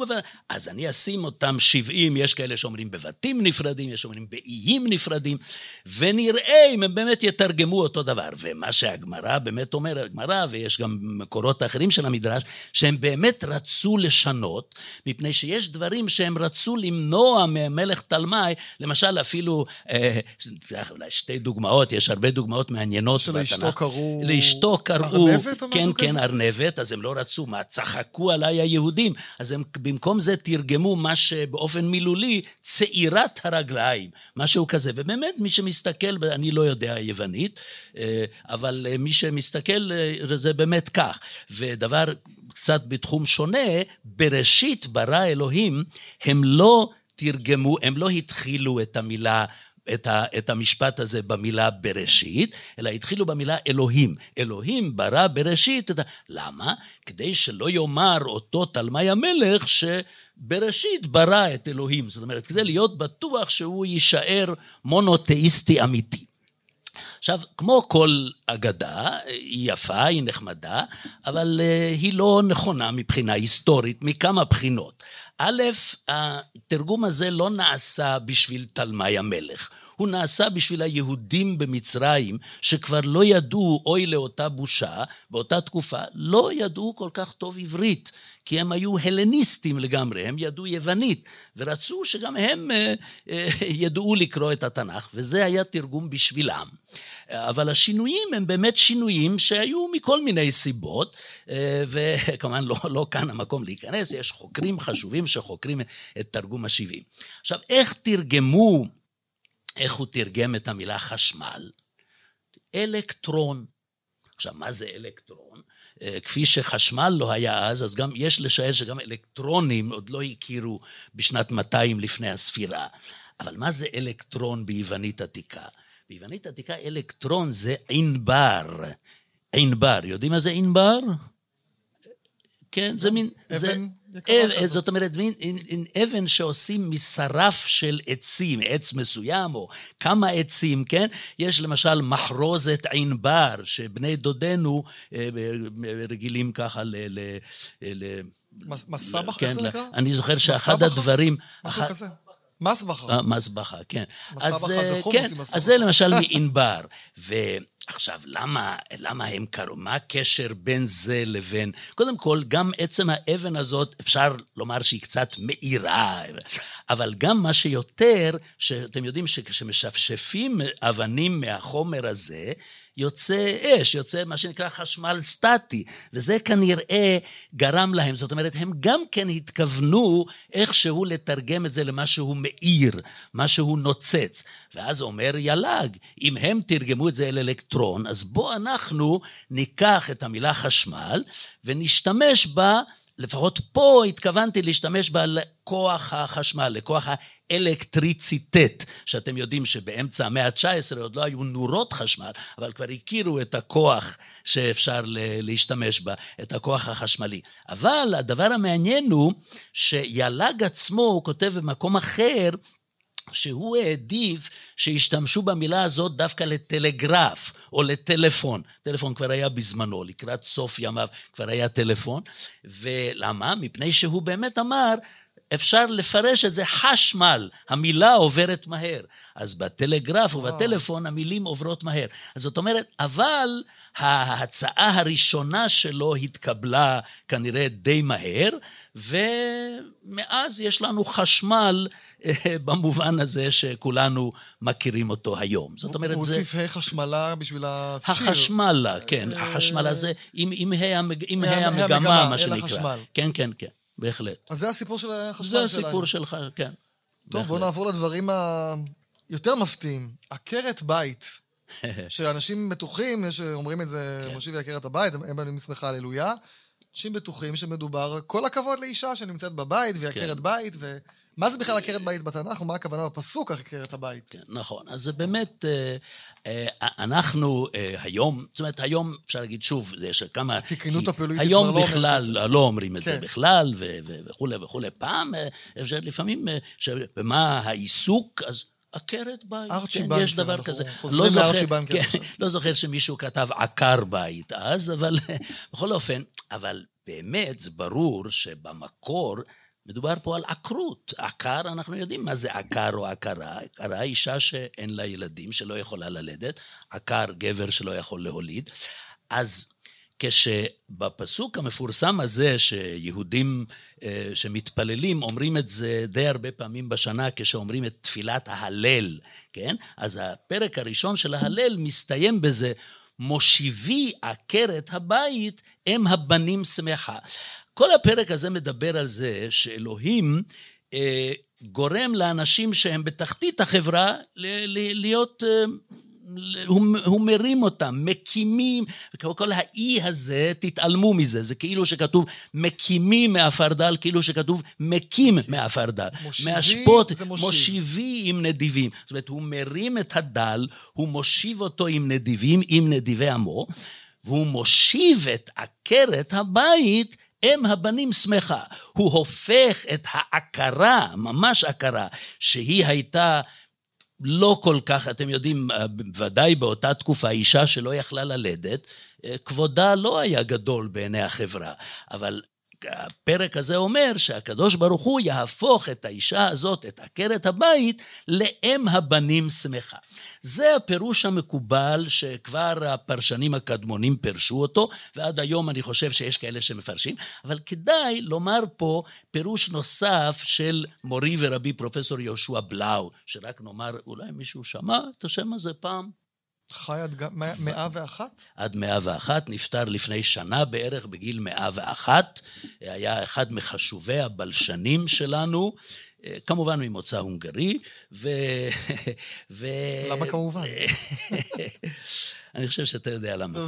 אז אני אשים אותם 70, יש כאלה שאומרים בבתים נפרדים, יש שאומרים באיים נפרדים, ונראה אם הם באמת יתרגמו אותו דבר. ומה שהגמרא באמת אומר, הגמרא, ויש גם מקורות אחרים של המדרש, שהם באמת רצו לשנות, מפני שיש דברים שהם רצו למנוע ממלך תלמי, למשל אפילו אולי שתי דוגמאות, יש הרבה דוגמאות מעניינות. שלאשתו קראו... לאשתו קראו... ארנבת או משהו כזה? כן, ארנבת, אז הם לא רצו, מה, צחקו עליי היהודים, אז הם במקום זה תרגמו מה שבאופן מילולי, צעירת הרגליים, משהו כזה, ובאמת מי שמסתכל, אני לא יודע יוונית, אבל מי שמסתכל זה באמת כך, ודבר קצת בתחום שונה, בראשית ברא אלוהים, הם לא תרגמו, הם לא התחילו את המילה, את המשפט הזה במילה בראשית, אלא התחילו במילה אלוהים. אלוהים ברא בראשית. למה? כדי שלא יאמר אותו תלמי המלך שבראשית ברא את אלוהים. זאת אומרת, כדי להיות בטוח שהוא יישאר מונותאיסטי אמיתי. עכשיו, כמו כל אגדה, היא יפה, היא נחמדה, אבל היא לא נכונה מבחינה היסטורית, מכמה בחינות. א', התרגום הזה לא נעשה בשביל תלמי המלך, הוא נעשה בשביל היהודים במצרים, שכבר לא ידעו, אוי לאותה בושה, באותה תקופה, לא ידעו כל כך טוב עברית, כי הם היו הלניסטים לגמרי, הם ידעו יוונית, ורצו שגם הם ידעו לקרוא את התנ"ך, וזה היה תרגום בשבילם. אבל השינויים הם באמת שינויים שהיו מכל מיני סיבות, וכמובן לא כאן המקום להיכנס, יש חוקרים חשובים שחוקרים את תרגום ה-70. עכשיו, איך הוא תרגם את המילה חשמל? אלקטרון. עכשיו, מה זה אלקטרון? כפי שחשמל לא היה אז גם יש לשער שגם אלקטרונים עוד לא הכירו בשנת 200 לפני הספירה. אבל מה זה אלקטרון ביוונית עתיקה? ביוונית עתיקה אלקטרון זה ענבר. ענבר, יודעים מה זה ענבר? כן, זה מין... זאת אומרת, אבן שעושים משרף של עצים, עץ מסוים או כמה עצים, כן? יש למשל מחרוזת ענבר, שבני דודנו רגילים ככה מסבך, איך זה נקרא? אני זוכר שאחד הדברים... משהו כזה. מסבחה. מסבחה, כן. מסבחה זה חומוס עם מסבחה. אז זה למשל מענבר. ועכשיו, למה הם קראו? מה הקשר בין זה לבין... קודם כל, גם עצם האבן הזאת, אפשר לומר שהיא קצת מאירה, אבל גם מה שיותר, שאתם יודעים שכשמשפשפים אבנים מהחומר הזה, יוצא אש, יוצא מה שנקרא חשמל סטטי, וזה כנראה גרם להם, זאת אומרת, הם גם כן התכוונו איכשהו לתרגם את זה למשהו מאיר, משהו נוצץ, ואז אומר ילג, אם הם תרגמו את זה אל אלקטרון, אז בוא אנחנו ניקח את המילה חשמל, ונשתמש בה, לפחות פה התכוונתי להשתמש בה לכוח החשמל, לכוח האלקטריציטט, שאתם יודעים שבאמצע המאה ה-19 עוד לא היו נורות חשמל, אבל כבר הכירו את הכוח שאפשר להשתמש בה, את הכוח החשמלי. אבל הדבר המעניין הוא שילג עצמו, הוא כותב במקום אחר, שהוא העדיף שהשתמשו במילה הזאת דווקא לטלגרף או לטלפון. טלפון כבר היה בזמנו, לקראת סוף ימיו כבר היה טלפון. ולמה? מפני שהוא באמת אמר, אפשר לפרש את זה חשמל, המילה עוברת מהר. אז בטלגרף ובטלפון המילים עוברות מהר. אז זאת אומרת, אבל ההצעה הראשונה שלו התקבלה כנראה די מהר, ומאז יש לנו חשמל במובן הזה שכולנו מכירים אותו היום. זאת אומרת, הוא הוסיף חשמלה בשביל השיר. החשמלה, כן, החשמלה זה עם המגמה, מה שנקרא. כן, כן, כן, בהחלט. אז זה הסיפור של החשמל שלנו. זה שלנו. הסיפור שלך, כן. טוב, בואו נעבור לדברים יותר מפתיעים, עקרת בית, שאנשים בטוחים, שאומרים את זה, מושיבי עקרת הבית, הם בנים שמחה הללויה, אנשים בטוחים שמדובר, כל הכבוד לאישה שנמצאת בבית, והיא עקרת בית, מה זה בכלל עקרת בית בתנ"ך, ומה הכוונה בפסוק עקרת הבית? כן, נכון, אז זה באמת, אנחנו היום, זאת אומרת, היום אפשר להגיד שוב, יש כמה... התקינות הפוליטית היום בכלל לא אומרים את זה בכלל, וכו' וכו'. פעם, לפעמים, במה העיסוק, אז עקרת בית, כן, יש דבר כזה. לא זוכר שמישהו כתב עקר בית אז, אבל בכל אופן, אבל באמת זה ברור שבמקור מדובר פה על עקרות. עקר, אנחנו יודעים מה זה עקר או עקרה. עקרה, אישה שאין לה ילדים, שלא יכולה ללדת. עקר, גבר שלא יכול להוליד. אז כשבפסוק המפורסם הזה, שיהודים שמתפללים, אומרים את זה די הרבה פעמים בשנה, כשאומרים את תפילת ההלל, כן? אז הפרק הראשון של ההלל מסתיים בזה, מושיבי עקרת הבית, הם הבנים שמחה. כל הפרק הזה מדבר על זה שאלוהים גורם לאנשים שהם בתחתית החברה להיות, הוא מרים אותם, מקימים, כל האי הזה תתעלמו מזה, זה כאילו שכתוב מקימים מהפרדל, כאילו שכתוב מקים מהפרדל. מהשפוט, מושיבי עם נדיבים. זאת אומרת, הוא מרים את הדל, הוא מושיב אותו עם נדיבים, עם נדיבי עמו, והוא מושיב את עקרת הבית, הם הבנים שמחה. הוא הופך את העקרה, ממש עקרה, שהיא הייתה לא כל כך, אתם יודעים, ודאי באותה תקופה, אישה שלא יכלה ללדת, כבודה לא היה גדול בעיני החברה, אבל הפרק הזה אומר שהקדוש ברוך הוא יהפוך את האישה הזאת, את עקרת הבית, לאם הבנים שמחה. זה הפירוש המקובל שכבר הפרשנים הקדמונים פרשו אותו, ועד היום אני חושב שיש כאלה שמפרשים, אבל כדאי לומר פה פירוש נוסף של מורי ורבי פרופסור יהושע בלאו, שרק נאמר, אולי מישהו שמע את השם הזה פעם? חי עד 101? עד 101, נפטר לפני שנה בערך, בגיל 101, היה אחד מחשובי הבלשנים שלנו, כמובן ממוצא הונגרי, למה כמובן? אני חושב שאתה יודע למה.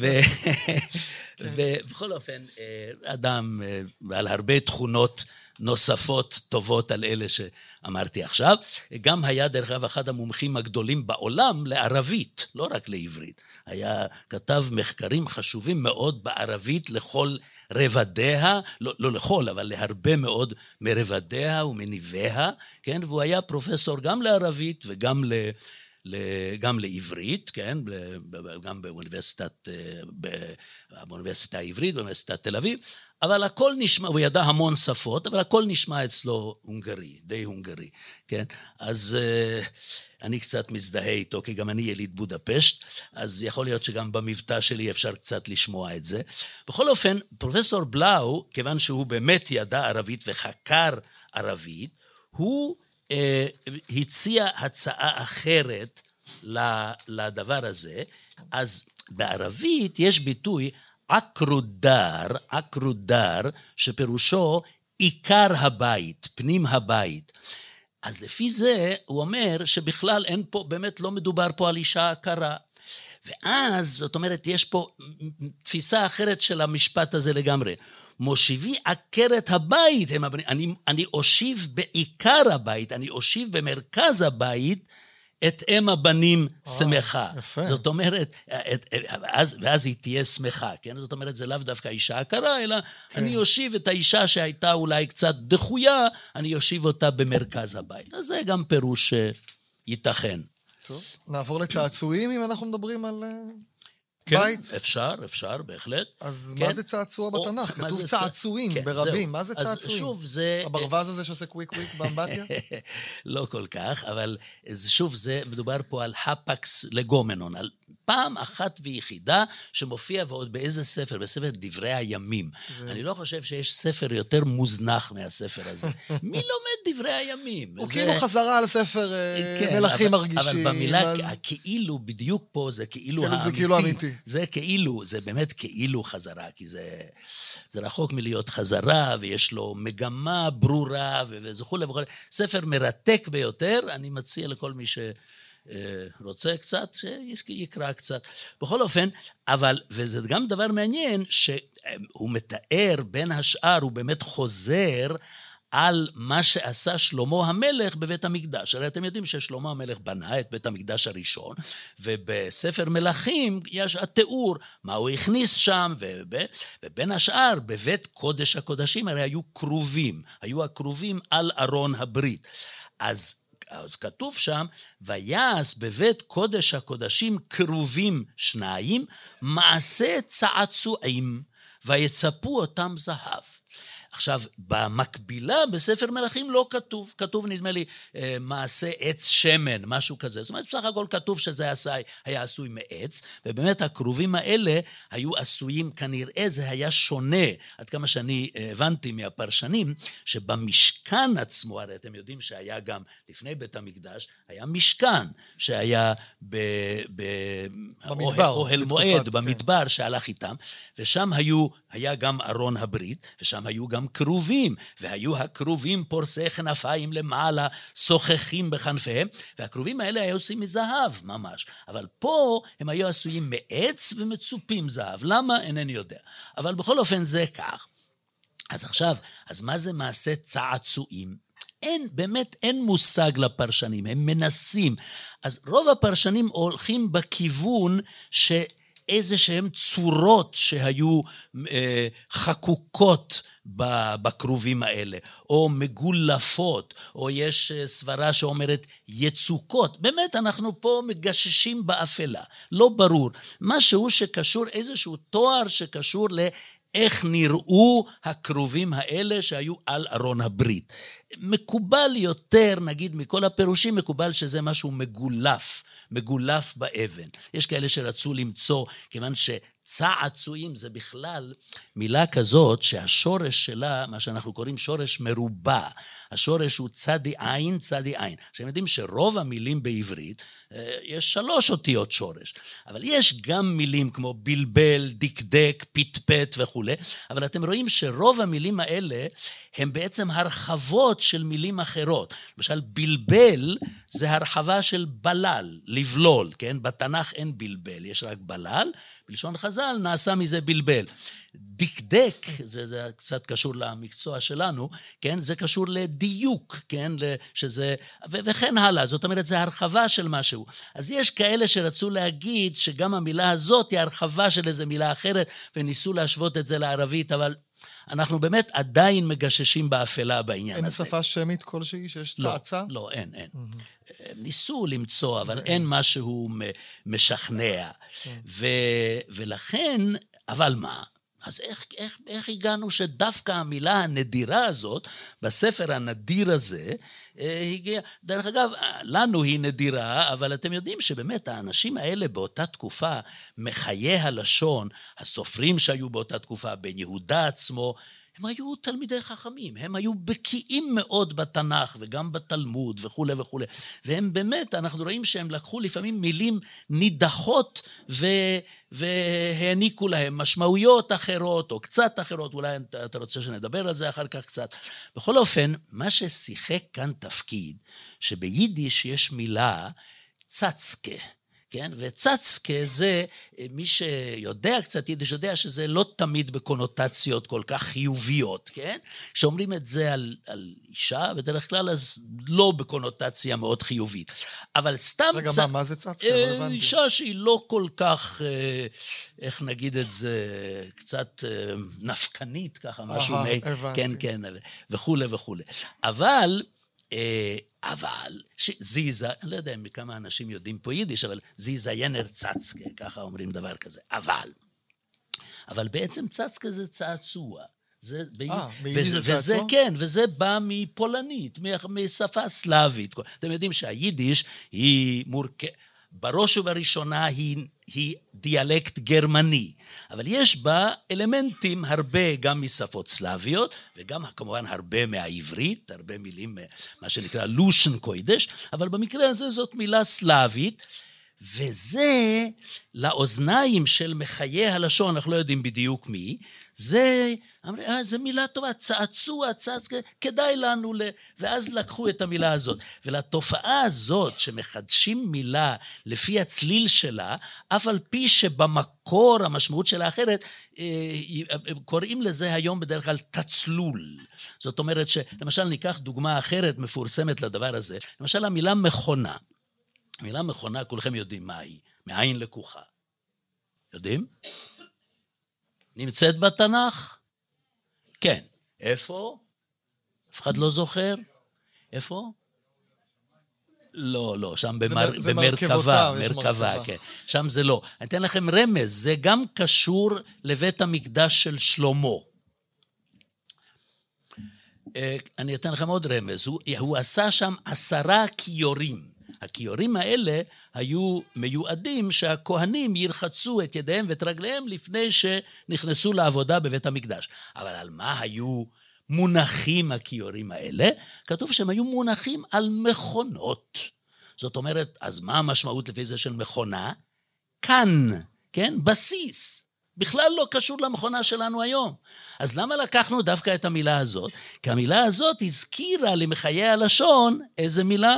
ובכל אופן, אדם על הרבה תכונות נוספות טובות על אלה שאמרתי עכשיו, גם היה דרך אגב אחד המומחים הגדולים בעולם לערבית, לא רק לעברית. כתב מחקרים חשובים מאוד בערבית לכל רבדיה, לא לכל, אבל להרבה מאוד מרבדיה ומניביה, כן? והוא היה פרופסור גם לערבית וגם גם לעברית, כן? גם באוניברסיטה העברית, באוניברסיטת תל אביב, אבל הכל נשמע, הוא ידע המון שפות, אבל הכל נשמע אצלו הונגרי, די הונגרי, כן? אז אני קצת מזדהה איתו, כי גם אני יליד בודפשט, אז יכול להיות שגם במבטא שלי אפשר קצת לשמוע את זה. בכל אופן, פרופסור בלאו, כיוון שהוא באמת ידע ערבית וחקר ערבית, הוא הציע הצעה אחרת לדבר הזה. אז בערבית יש ביטוי עקרודר, שפירושו עיקר הבית, פנים הבית. אז לפי זה הוא אומר שבכלל אין פה, באמת לא מדובר פה על אישה עקרה. ואז, זאת אומרת, יש פה תפיסה אחרת של המשפט הזה לגמרי. מושיבי עקרת הבית, אני אושיב בעיקר הבית, אני אושיב במרכז הבית, את אם הבנים שמחה. זאת אומרת, ואז היא תהיה שמחה, כן? זאת אומרת, זה לאו דווקא אישה עקרה, אלא אני אושיב את האישה שהייתה אולי קצת דחויה, אני אושיב אותה במרכז הבית. אז זה גם פירוש ייתכן. טוב, נעבור לצעצועים אם אנחנו מדברים על בית. אפשר, בהחלט. אז מה זה צעצוע בתנ"ך? כתוב צעצועים ברבים. מה זה צעצועים? שוב, זה... הברווז הזה שעושה קוויק באמבטיה? לא כל כך, אבל שוב, זה מדובר פה על הפקס לגומנון, על פעם אחת ויחידה שמופיע ועוד באיזה ספר, בספר דברי הימים. אני לא חושב שיש ספר יותר מוזנח מהספר הזה. מי לומד דברי הימים? הוא כאילו חזרה על ספר מלכים מרגישים. אבל במילה כאילו, בדיוק פה זה כאילו האמיתי. זה כאילו אמיתי. זה כאילו, זה באמת כאילו חזרה, כי זה רחוק מלהיות חזרה, ויש לו מגמה ברורה, וכו' וכו'. ספר מרתק ביותר, אני מציע לכל מי שרוצה קצת, שיקרא קצת. בכל אופן, אבל, וזה גם דבר מעניין, שהוא מתאר בין השאר, הוא באמת חוזר על מה שעשה שלמה המלך בבית המקדש. הרי אתם יודעים ששלמה המלך בנה את בית המקדש הראשון, ובספר מלכים יש התיאור מה הוא הכניס שם, ובין השאר בבית קודש הקודשים הרי היו הקרובים על ארון הברית. אז כתוב שם, ויעש בבית קודש הקודשים קרובים שניים, מעשה צעצועים, ויצפו אותם זהב. עכשיו, במקבילה בספר מלכים לא כתוב, כתוב נדמה לי מעשה עץ שמן, משהו כזה. זאת אומרת, בסך הכל כתוב שזה היה עשוי מעץ, ובאמת הקרובים האלה היו עשויים, כנראה זה היה שונה, עד כמה שאני הבנתי מהפרשנים, שבמשכן עצמו, הרי אתם יודעים שהיה גם לפני בית המקדש, היה משכן שהיה באוהל מועד, במדבר שהלך איתם, ושם היה גם ארון הברית, ושם היו גם קרובים, והיו הקרובים פורסי כנפיים למעלה, שוחחים בכנפיהם, והקרובים האלה היו עושים מזהב ממש, אבל פה הם היו עשויים מעץ ומצופים זהב. למה? אינני יודע. אבל בכל אופן זה כך. אז עכשיו, אז מה זה מעשה צעצועים? באמת אין מושג לפרשנים, הם מנסים. אז רוב הפרשנים הולכים בכיוון איזה שהם צורות שהיו חקוקות בקרובים האלה, או מגולפות, או יש סברה שאומרת יצוקות. באמת אנחנו פה מגששים באפלה, לא ברור. משהו שקשור, איזשהו תואר שקשור איך נראו הקרובים האלה שהיו על ארון הברית. מקובל יותר, נגיד מכל הפירושים, מקובל שזה משהו מגולף באבן. יש כאלה שרצו למצוא, כיוון שצעצועים זה בכלל מילה כזאת שהשורש שלה, מה שאנחנו קוראים שורש מרובע. השורש הוא צדי עין. עכשיו יודעים שרוב המילים בעברית, יש 3 אותיות שורש, אבל יש גם מילים כמו בלבל, דקדק, פטפט וכו', אבל אתם רואים שרוב המילים האלה הם בעצם הרחבות של מילים אחרות. למשל, בלבל זה הרחבה של בלל, לבלול, כן? בתנ"ך אין בלבל, יש רק בלל, בלשון חז"ל נעשה מזה בלבל. דקדק, זה קצת קשור למקצוע שלנו, כן? זה קשור לדיוק, כן? שזה, וכן הלאה. זאת אומרת, זה הרחבה של משהו. אז יש כאלה שרצו להגיד שגם המילה הזאת היא הרחבה של איזו מילה אחרת, וניסו להשוות את זה לערבית, אבל אנחנו באמת עדיין מגששים באפלה בעניין הזה. אין שפה שמית כלשהי שיש צעצע? לא, אין. ניסו למצוא, אבל אין משהו משכנע. ולכן, אבל מה? אז איך הגענו שדווקא המילה הנדירה הזאת, בספר הנדיר הזה, הגיעה, דרך אגב, לנו היא נדירה, אבל אתם יודעים שבאמת האנשים האלה באותה תקופה, מחיי הלשון, הסופרים שהיו באותה תקופה, בן יהודה עצמו, הם היו תלמידי חכמים, הם היו בקיאים מאוד בתנ"ך וגם בתלמוד וכו' וכו'. והם באמת, אנחנו רואים שהם לקחו לפעמים מילים נידחות והעניקו להם משמעויות אחרות או קצת אחרות, אולי אתה רוצה שנדבר על זה אחר כך קצת. בכל אופן, מה ששיחק כאן תפקיד, שביידיש יש מילה צצקה, כן? וצצקה זה, מי שיודע קצת יידיש יודע שזה לא תמיד בקונוטציות כל כך חיוביות, כן? כשאומרים את זה על אישה, בדרך כלל אז לא בקונוטציה מאוד חיובית. אבל סתם... רגע, מה זה צצקה? אישה שהיא לא כל כך, איך נגיד את זה, קצת נפקנית, ככה, משהו כן, כן, וכו' וכו'. אבל זיזה, אני לא יודע מכמה אנשים יודעים פה יידיש, אבל זיזה ינר צצקה, ככה אומרים דבר כזה, אבל בעצם צצקה זה צעצוע. וזה כן, וזה בא מפולנית, משפה סלאבית. אתם יודעים שהיידיש היא בראש ובראשונה היא דיאלקט גרמני, אבל יש בה אלמנטים הרבה גם משפות סלאביות, וגם כמובן הרבה מהעברית, הרבה מילים, מה שנקרא לושן קוידש, אבל במקרה הזה זאת מילה סלאבית, וזה לאוזניים של מחיי הלשון, אנחנו לא יודעים בדיוק מי, זה מילה טובה, צעצוע, כדאי לנו, ואז לקחו את המילה הזאת. ולתופעה הזאת שמחדשים מילה לפי הצליל שלה, אף על פי שבמקור המשמעות שלה אחרת, קוראים לזה היום בדרך כלל תצלול. זאת אומרת שלמשל ניקח דוגמה אחרת מפורסמת לדבר הזה, למשל המילה מכונה. המילה מכונה, כולכם יודעים מה היא, מאין לקוחה. יודעים? נמצאת בתנ"ך? כן. איפה? אף אחד לא זוכר? איפה? לא, שם במרכבה, כן. שם זה לא. אני אתן לכם רמז, זה גם קשור לבית המקדש של שלמה. אני אתן לכם עוד רמז, הוא עשה שם 10 כיורים. הכיורים האלה היו מיועדים שהכהנים ירחצו את ידיהם ואת רגליהם לפני שנכנסו לעבודה בבית המקדש. אבל על מה היו מונחים הכיורים האלה? כתוב שהם היו מונחים על מכונות. זאת אומרת, אז מה המשמעות לפי זה של מכונה? כאן, כן? בסיס. בכלל לא קשור למכונה שלנו היום. אז למה לקחנו דווקא את המילה הזאת? כי המילה הזאת הזכירה למחיי הלשון איזה מילה?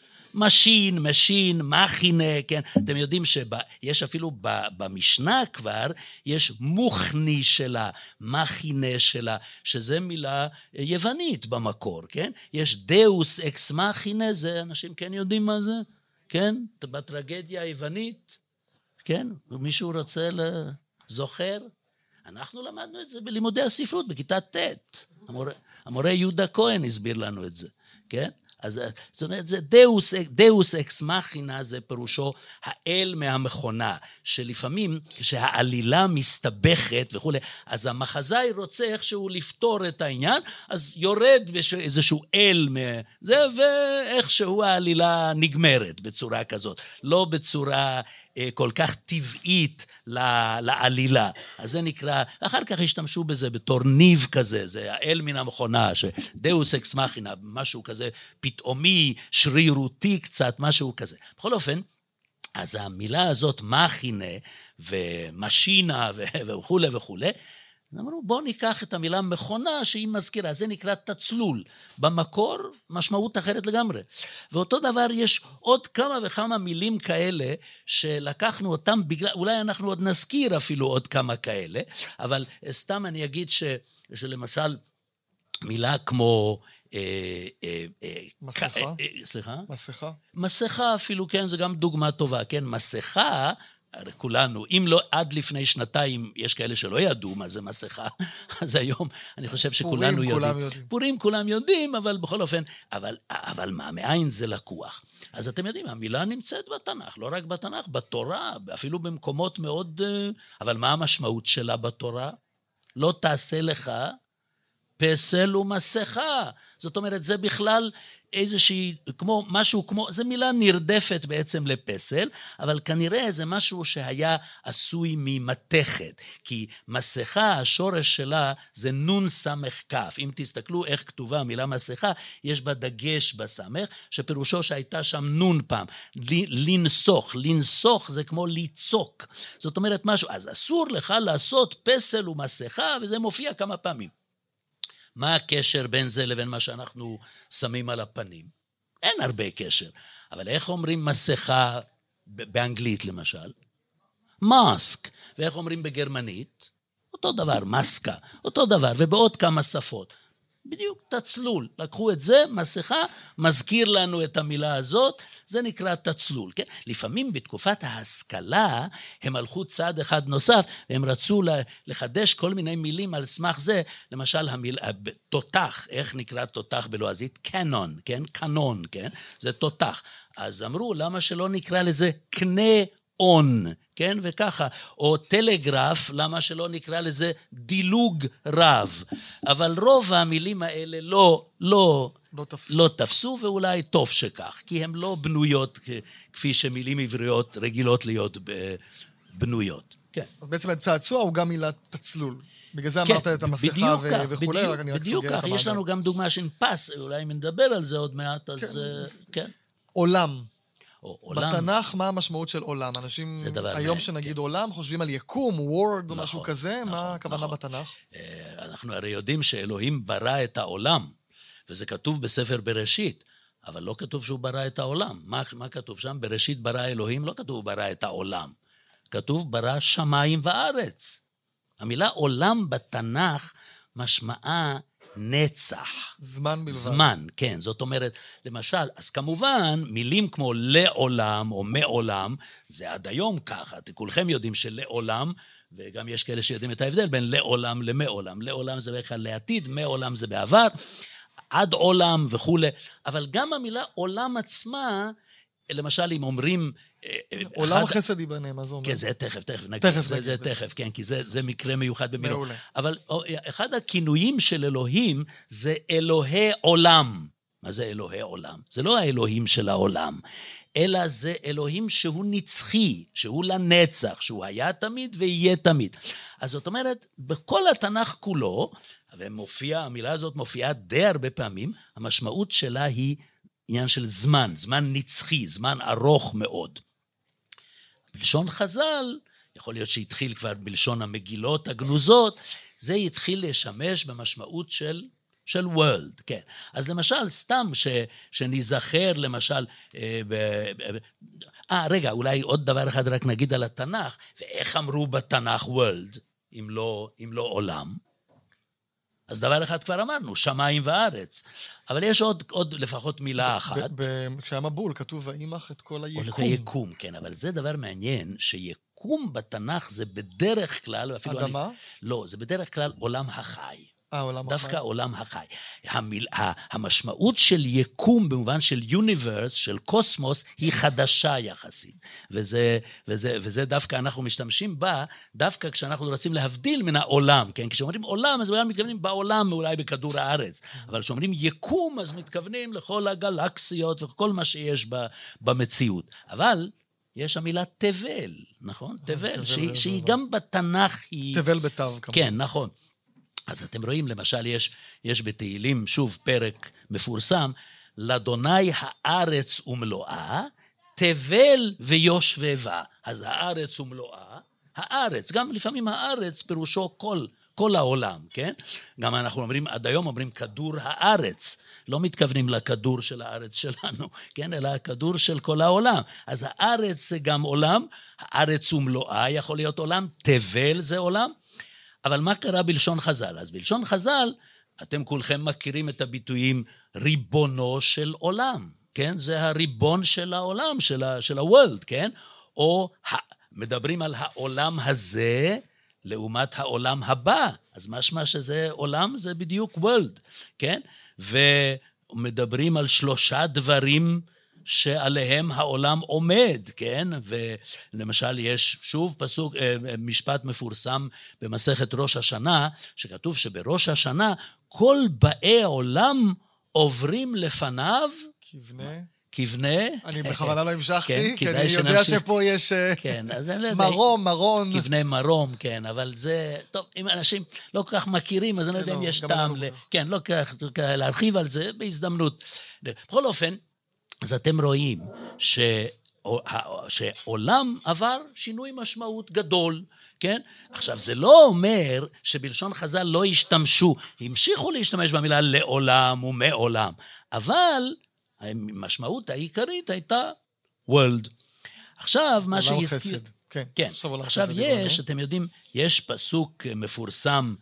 משין, מכינה, כן? אתם יודעים שיש אפילו במשנה כבר, יש מוכני שלה, מכינה שלה, שזה מילה יוונית במקור, כן? יש דאוס אקס מכינה, זה אנשים כן יודעים מה זה? כן? בטרגדיה היוונית, כן? מישהו רוצה זוכר? אנחנו למדנו את זה בלימודי הספרות, בכיתה ט'. המורה יהודה כהן הסביר לנו את זה, כן? אז זאת אומרת, זה דאוס אקס מכינה, זה פירושו האל מהמכונה, שלפעמים כשהעלילה מסתבכת וכו', אז המחזאי רוצה איכשהו לפתור את העניין, אז יורד איזשהו אל מזה, ואיכשהו העלילה נגמרת בצורה כזאת, לא בצורה כל כך טבעית לעלילה. אז זה נקרא, אחר כך השתמשו בזה בתור ניב כזה, זה האל מן המכונה, שדאוס אקס מכינה, משהו כזה פתאומי, שרירותי קצת, משהו כזה. בכל אופן, אז המילה הזאת מכינה ומשינה וכו' וכו', אמרו, בוא ניקח את המילה מכונה שהיא מזכירה, זה נקרא תצלול. במקור, משמעות אחרת לגמרי. ואותו דבר יש עוד כמה וכמה מילים כאלה, שלקחנו אותם, אולי אנחנו עוד נזכיר אפילו עוד כמה כאלה, אבל סתם אני אגיד שלמשל, מילה כמו מסכה? סליחה? מסכה? מסכה אפילו, כן, זה גם דוגמה טובה, כן, מסכה, הרי כולנו, אם לא עד לפני שנתיים, יש כאלה שלא ידעו מה זה מסכה, אז היום אני חושב שכולנו יודעים. פורים כולם יודעים, אבל בכל אופן, אבל מה, מאין זה לקוח? אז אתם יודעים, המילה נמצאת בתנ"ך, לא רק בתנ"ך, בתורה, אפילו במקומות מאוד, אבל מה המשמעות שלה בתורה? לא תעשה לך פסל ומסכה. זאת אומרת, זה בכלל איזושהי, כמו משהו, זה מילה נרדפת בעצם לפסל, אבל כנראה זה משהו שהיה עשוי ממתכת, כי מסכה, השורש שלה זה נון סמך כף. אם תסתכלו איך כתובה המילה מסכה, יש בה דגש בסמך, שפירושו שהייתה שם נון פעם. לנסוך זה כמו ליצוק. זאת אומרת משהו, אז אסור לך לעשות פסל ומסכה, וזה מופיע כמה פעמים. מה הקשר בין זה לבין מה שאנחנו שמים על הפנים? אין הרבה קשר. אבל איך אומרים מסכה באנגלית למשל? מאסק. ואיך אומרים בגרמנית? אותו דבר, מסקה. אותו דבר, ובעוד כמה שפות. בדיוק תצלול. לקחו את זה, מסכה, מזכיר לנו את המילה הזאת, זה נקרא תצלול. כן? לפעמים בתקופת ההשכלה, הם הלכו צעד אחד נוסף, והם רצו לחדש כל מיני מילים על סמך זה, למשל תותח, איך נקרא תותח בלועזית? קנון, כן? קנון, כן? זה תותח. אז אמרו, למה שלא נקרא לזה קנה און, כן? וככה. או טלגרף, למה שלא נקרא לזה דילוג רב. אבל רוב המילים האלה לא תפסו, ואולי טוב שכך, כי הן לא בנויות כפי שמילים עבריות רגילות להיות בנויות. כן. אז בעצם הצעצוע הוא גם מילת תצלול. בגלל זה אמרת את המסכה וכו', רק אני רק סוגר את המעגל. יש לנו גם דוגמה של פס, אולי אם נדבר על זה עוד מעט, אז כן. עולם. בתנ"ך, מה המשמעות של עולם? אנשים היום שנגיד עולם, חושבים על יקום, וורד או משהו כזה, מה הכוונה בתנ"ך? אנחנו הרי יודעים שאלוהים ברא את העולם, וזה כתוב בספר בראשית, אבל לא כתוב שהוא ברא את העולם. מה כתוב שם? בראשית ברא אלוהים, לא כתוב ברא את העולם. כתוב ברא שמיים וארץ. המילה עולם בתנ"ך משמעה נצח. זמן בלבד. זמן, כן. זאת אומרת, למשל, אז כמובן, מילים כמו לעולם או מעולם, זה עד היום ככה. כולכם יודעים שלעולם, וגם יש כאלה שיודעים את ההבדל בין לעולם למעולם. לעולם זה בכלל לעתיד, מעולם זה בעבר, עד עולם וכו'. אבל גם המילה עולם עצמה, למשל, אם אומרים עולם חסד ייבנה, מה זה אומר? כן, זה תכף נגיד. זה תכף, כן, כי זה מקרה מיוחד במינו. מעולה. אבל אחד הכינויים של אלוהים זה אלוהי עולם. מה זה אלוהי עולם? זה לא האלוהים של העולם, אלא זה אלוהים שהוא נצחי, שהוא לנצח, שהוא היה תמיד ויהיה תמיד. אז זאת אומרת, בכל התנ"ך כולו, המילה הזאת מופיעה די הרבה פעמים, המשמעות שלה היא עניין של זמן נצחי, זמן ארוך מאוד. בלשון חז"ל, יכול להיות שהתחיל כבר בלשון המגילות הגנוזות, זה התחיל לשמש במשמעות של world, כן. אז למשל, סתם שנזכר, למשל, רגע, אולי עוד דבר אחד רק נגיד על התנ"ך, ואיך אמרו בתנ"ך world, אם לא עולם? אז דבר אחד כבר אמרנו, שמיים וארץ. אבל יש עוד לפחות מילה אחת. כשהיה מבול, כתוב ואימך את כל היקום. יקום, כן, אבל זה דבר מעניין, שיקום בתנ"ך זה בדרך כלל, אדמה? לא, זה בדרך כלל עולם החי. עולם דווקא החי. עולם החי. המשמעות של יקום במובן של יוניברס, של קוסמוס, היא חדשה יחסית. וזה דווקא אנחנו משתמשים בה, דווקא כשאנחנו רוצים להבדיל מן העולם, כן? כשאומרים עולם, אז אולי מתכוונים בעולם, אולי בכדור הארץ. אבל כשאומרים יקום, אז מתכוונים לכל הגלקסיות וכל מה שיש במציאות. אבל יש המילה תבל, נכון? תבל, שהיא גם בתנ"ך היא... תבל בתו, כמובן. כן, נכון. אז אתם רואים, למשל, יש בתהילים, שוב פרק מפורסם, לאדוני הארץ ומלואה, תבל ויושבבה. אז הארץ ומלואה, הארץ, גם לפעמים הארץ פירושו כל העולם, כן? גם אנחנו אומרים, עד היום אומרים כדור הארץ, לא מתכוונים לכדור של הארץ שלנו, כן? אלא הכדור של כל העולם. אז הארץ זה גם עולם, הארץ ומלואה יכול להיות עולם, תבל זה עולם, אבל מה קרה בלשון חז"ל? אז בלשון חז"ל, אתם כולכם מכירים את הביטויים ריבונו של עולם, כן? זה הריבון של העולם, של ה-world, כן? או מדברים על העולם הזה, לעומת העולם הבא. אז משמע שזה עולם, זה בדיוק world, כן? ומדברים על 3 דברים שעליהם העולם עומד, כן? ולמשל יש שוב משפט מפורסם במסכת ראש השנה, שכתוב שבראש השנה כל באי העולם עוברים לפניו כבנה. אני בכוונה לא המשכתי, כי אני יודע שפה יש מרום. כבנה מרום, כן, אבל זה, טוב, אם אנשים לא כל כך מכירים, אז אני לא יודע אם יש טעם, כן, לא כך להרחיב על זה בהזדמנות. בכל אופן, אז אתם רואים שעולם עבר שינוי משמעות גדול, כן? עכשיו, זה לא אומר שבלשון חז"ל לא השתמשו, המשיכו להשתמש במילה לעולם ומעולם, אבל המשמעות העיקרית הייתה world. עכשיו, מה שהזכיר... כן, עכשיו יש, אתם יודעים, יש פסוק מפורסם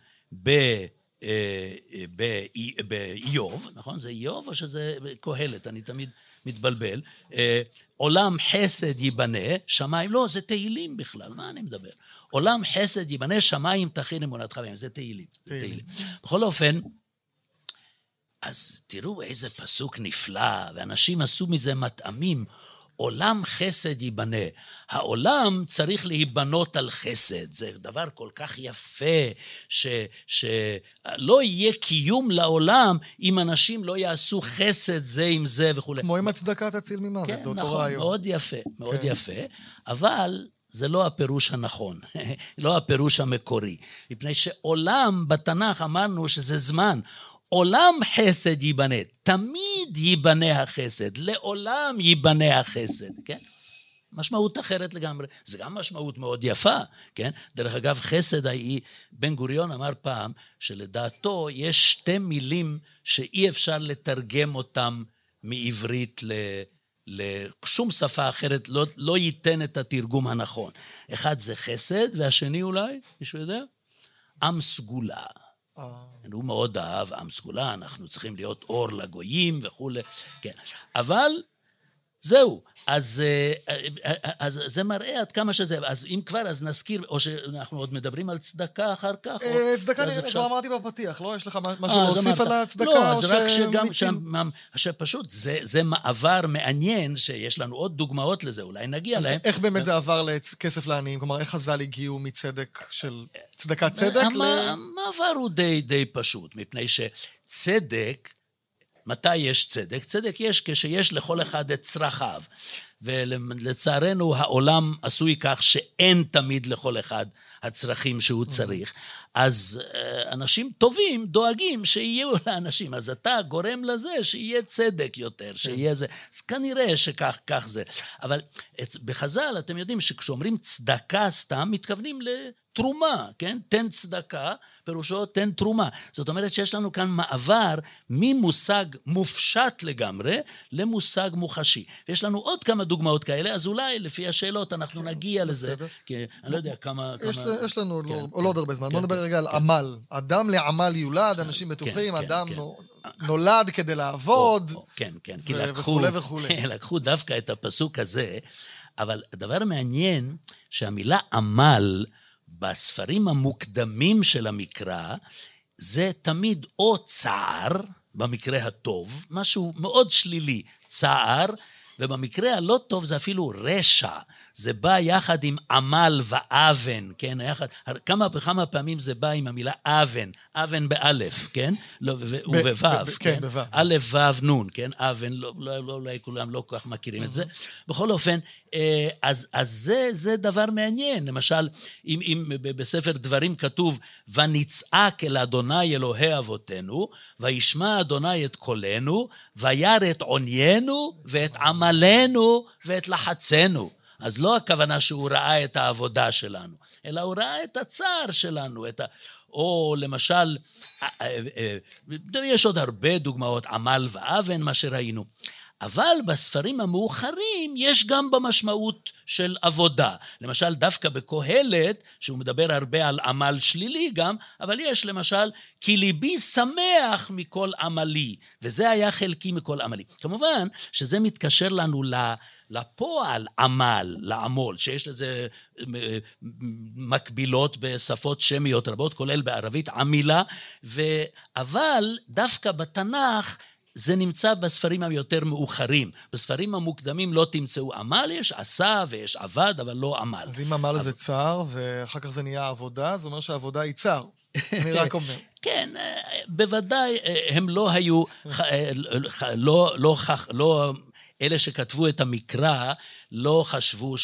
באיוב, נכון? זה איוב או שזה קהלת? אני תמיד מתבלבל. עולם חסד ייבנה, שמיים, לא, זה תהילים בכלל, מה אני מדבר? עולם חסד ייבנה, שמיים תכין אמונתך בהם, זה תהילים. בכל אופן, אז תראו איזה פסוק נפלא, ואנשים עשו מזה מטעמים, עולם חסד ייבנה. העולם צריך להיבנות על חסד. זה דבר כל כך יפה, שלא יהיה קיום לעולם אם אנשים לא יעשו חסד זה עם זה וכו'. כמו עם הצדקה תציל ממוות, כן, זה אותו נכון, רעיון. מאוד יפה, מאוד יפה, אבל זה לא הפירוש הנכון, לא הפירוש המקורי, מפני שעולם בתנ"ך אמרנו שזה זמן, עולם חסד ייבנה, תמיד ייבנה החסד, לעולם ייבנה החסד, כן? משמעות אחרת לגמרי, זה גם משמעות מאוד יפה, כן? דרך אגב, חסד, בן גוריון אמר פעם, שלדעתו יש שתי מילים שאי אפשר לתרגם אותם מעברית לשום שפה אחרת, לא ייתן את התרגום הנכון. אחד זה חסד, והשני אולי, מישהו יודע? עם סגולה. הוא מאוד אהב עם סגולה, אנחנו צריכים להיות אור לגויים וכו'. כן. אבל זהו, אז זה מראה עד כמה שזה, אז אם כבר, אז נזכיר, או שאנחנו עוד מדברים על צדקה אחר כך? צדקה, אני כבר אמרתי בפתיח, לא? יש לך משהו להוסיף על הצדקה? לא, אז רק שפשוט, זה מעבר מעניין, שיש לנו עוד דוגמאות לזה, אולי נגיע להם. איך באמת זה עבר לכסף לעניים? כלומר, איך חז"ל הגיעו מצדק של צדקת צדק? המעבר הוא די פשוט, מפני שצדק, מתי יש צדק? צדק יש כשיש לכל אחד את צרכיו, ולצערנו העולם עשוי כך שאין תמיד לכל אחד הצרכים שהוא צריך, אז אנשים טובים דואגים שיהיו לאנשים, אז אתה גורם לזה שיהיה צדק יותר, שיהיה זה, אז כנראה שכך זה, אבל בחז"ל אתם יודעים שכשאומרים צדקה סתם, מתכוונים לתרומה, כן? תן צדקה, פירושו תן תרומה. זאת אומרת שיש לנו כאן מעבר ממושג מופשט לגמרי למושג מוחשי. ויש לנו עוד כמה דוגמאות כאלה, אז אולי לפי השאלות אנחנו נגיע לזה. כי אני לא יודע כמה... יש לנו לא עוד הרבה זמן. בוא נדבר רגע על עמל. אדם לעמל יולד, אנשים בטוחים, אדם נולד כדי לעבוד. כן. לקחו דווקא את הפסוק הזה, אבל הדבר מעניין שהמילה עמל בספרים המוקדמים של המקרא, זה תמיד או צער, במקרה הטוב, משהו מאוד שלילי, צער, ובמקרה הלא טוב זה אפילו רשע, זה בא יחד עם עמל ואבן, כן? כמה פעמים זה בא עם המילה אבן, אבן באלף, כן? ובוו, כן? א' וו נון, כן? אבן, אולי כולם לא כל כך מכירים את זה. בכל אופן, אז זה דבר מעניין. למשל, אם בספר דברים כתוב, ונצעק אל אדוני אלוהי אבותינו, וישמע אדוני את קולנו, וירא את עוניינו, ואת עמלנו, ואת לחצנו. אז לא הכוונה שהוא ראה את העבודה שלנו, אלא הוא ראה את הצער שלנו, או למשל, יש עוד הרבה דוגמאות, עמל ואבן, מה שראינו. אבל בספרים המאוחרים יש גם במשמעות של עבודה. למשל, דווקא בקהלת, שהוא מדבר הרבה על עמל שלילי גם, אבל יש למשל, כי ליבי שמח מכל עמלי, וזה היה חלקי מכל עמלי. כמובן שזה מתקשר לנו לפועל עמל, לעמול, שיש לזה מקבילות בשפות שמיות רבות, כולל בערבית עמילה, אבל דווקא בתנ"ך, זה נמצא בספרים היותר מאוחרים. בספרים המוקדמים לא תמצאו עמל, יש עשה ויש עבד, אבל לא עמל. אז אם עמל זה צער, ואחר כך זה נהיה עבודה, זה אומר שהעבודה היא צער. אני רק אומר. כן, בוודאי הם לא היו, אלה שכתבו את המקרא לא חשבו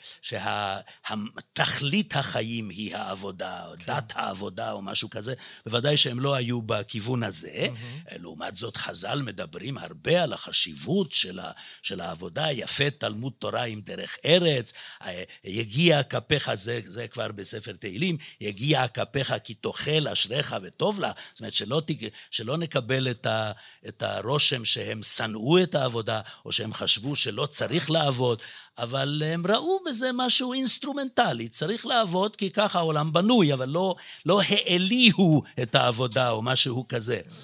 שהתכלית החיים היא העבודה, או דת העבודה או משהו כזה, בוודאי שהם לא היו בכיוון הזה. לעומת זאת חז"ל מדברים הרבה על החשיבות של העבודה, יפה תלמוד תורה עם דרך ארץ, יגיע כפיך, זה כבר בספר תהילים, יגיע כפיך כי תאכל אשריך וטוב לה, זאת אומרת שלא נקבל את הרושם שהם שנאו את העבודה, או שהם חשבו שלא צריך לעבוד, אבל הם ראו בזה משהו אינסטרומנטלי, צריך לעבוד כי ככה העולם בנוי, אבל לא העליהו את העבודה או משהו כזה.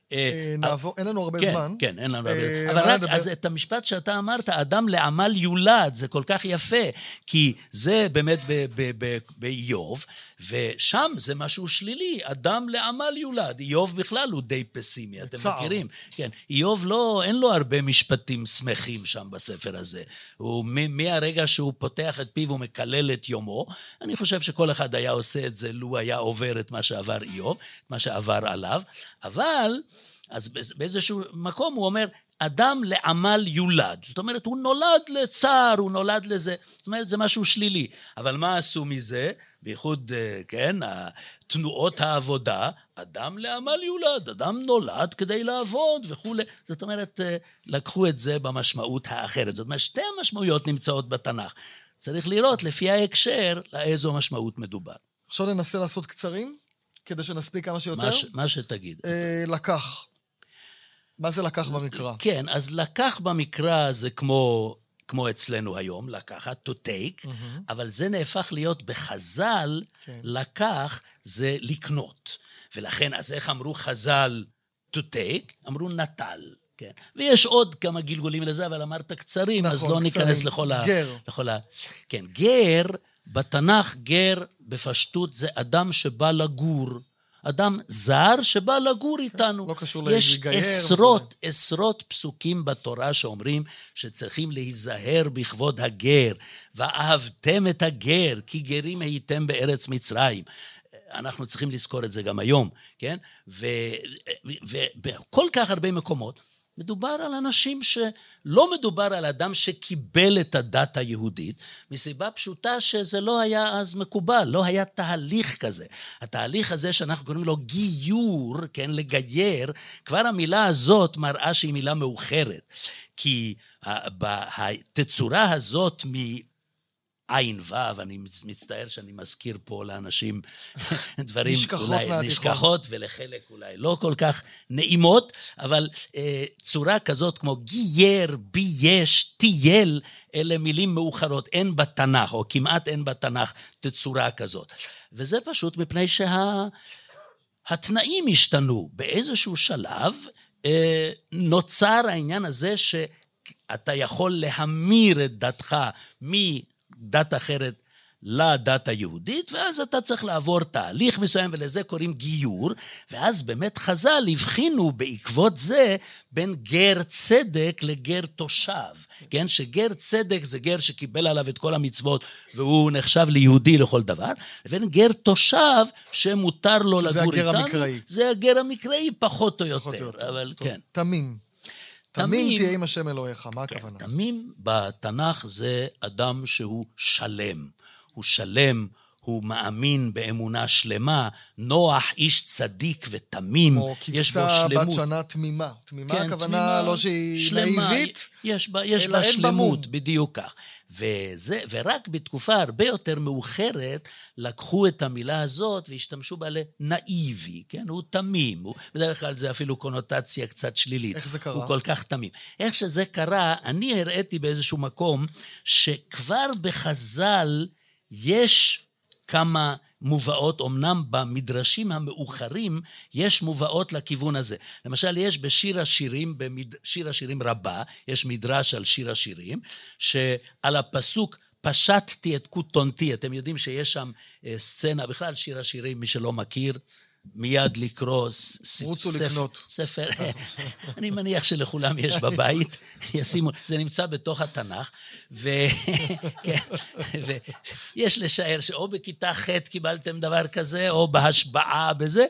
נעבור, אין לנו הרבה כן, זמן. כן, אין לנו הרבה זמן. אבל רק, אז את המשפט שאתה אמרת, אדם לעמל יולד, זה כל כך יפה, כי זה באמת באיוב, ושם זה משהו שלילי, אדם לעמל יולד. איוב בכלל הוא די פסימי, אתם מכירים? כן, איוב אין לו הרבה משפטים שמחים שם בספר הזה. הוא, מהרגע שהוא פותח את פיו ומקלל את יומו, אני חושב שכל אחד היה עושה את זה, לו היה עובר את מה שעבר איוב, את מה שעבר עליו, אבל אז באיזשהו מקום הוא אומר, אדם לעמל יולד. זאת אומרת, הוא נולד לצער, הוא נולד לזה. זאת אומרת, זה משהו שלילי. אבל מה עשו מזה? בייחוד, כן, תנועות העבודה, אדם לעמל יולד, אדם נולד כדי לעבוד וכו'. זאת אומרת, לקחו את זה במשמעות האחרת. זאת אומרת, שתי המשמעויות נמצאות בתנ"ך. צריך לראות לפי ההקשר לאיזו משמעות מדובר. עכשיו ננסה לעשות קצרים, כדי שנספיק כמה שיותר. מה שתגיד. לקח. מה זה לקח במקרא? כן, אז לקח במקרא זה כמו אצלנו היום, לקחת, to take, אבל זה נהפך להיות בחז"ל, לקח זה לקנות. ולכן, אז איך אמרו חז"ל to take? אמרו נטל. כן. ויש עוד כמה גלגולים לזה, אבל אמרת קצרים, אז לא ניכנס לכל גר. כן, גר, בתנ"ך גר בפשטות זה אדם שבא לגור. אדם זר שבא לגור איתנו. לא קשור לגייר. יש עשרות פסוקים בתורה שאומרים שצריכים להיזהר בכבוד הגר, ואהבתם את הגר, כי גרים הייתם בארץ מצרים. אנחנו צריכים לזכור את זה גם היום, כן? ובכל כך הרבה מקומות, מדובר על אנשים שלא מדובר על אדם שקיבל את הדת היהודית, מסיבה פשוטה שזה לא היה אז מקובל, לא היה תהליך כזה. התהליך הזה שאנחנו קוראים לו גיור, כן, לגייר, כבר המילה הזאת מראה שהיא מילה מאוחרת, כי התצורה הזאת עין וו, אני מצטער שאני מזכיר פה לאנשים דברים אולי נשכחות ולחלק אולי לא כל כך נעימות, אבל צורה כזאת כמו גייר, בייש, טייל, אלה מילים מאוחרות, אין בתנ"ך או כמעט אין בתנ"ך תצורה כזאת. וזה פשוט מפני שהתנאים השתנו באיזשהו שלב, נוצר העניין הזה שאתה יכול להמיר את דתך דת אחרת לדת היהודית, ואז אתה צריך לעבור תהליך מסוים, ולזה קוראים גיור, ואז באמת חז"ל הבחינו בעקבות זה, בין גר צדק לגר תושב, כן? שגר צדק זה גר שקיבל עליו את כל המצוות, והוא נחשב ליהודי לכל דבר, לבין גר תושב שמותר לו לגור איתנו, המקראי. זה הגר המקראי פחות או יותר, אבל טוב. כן. תמים תהיה עם השם אלוהיך, מה הכוונה? תמים בתנ"ך זה אדם שהוא שלם. הוא שלם, הוא מאמין באמונה שלמה, נוח איש צדיק ותמים, יש בו שלמות. כמו כבשה בת שנה תמימה. תמימה הכוונה לא שהיא נאיבית, יש בה שלמות, בדיוק כך. ורק בתקופה הרבה יותר מאוחרת, לקחו את המילה הזאת והשתמשו בה לנאיבי, כן? הוא תמים, בדרך כלל זה אפילו קונוטציה קצת שלילית. איך זה קרה? הוא כל כך תמים. איך שזה קרה, אני הראיתי באיזשהו מקום, שכבר בחז"ל יש כמה מובאות, אמנם במדרשים המאוחרים, יש מובאות לכיוון הזה. למשל, יש בשיר השירים, בשיר השירים רבה, יש מדרש על שיר השירים, שעל הפסוק, פשטתי את כותונתי, אתם יודעים שיש שם סצנה, בכלל שיר השירים, מי שלא מכיר, מיד לקרוא ספר, אני מניח שלכולם יש בבית, ישימו, זה נמצא בתוך התנ"ך, ויש לשער שאו בכיתה ח' קיבלתם דבר כזה, או בהשבעה בזה,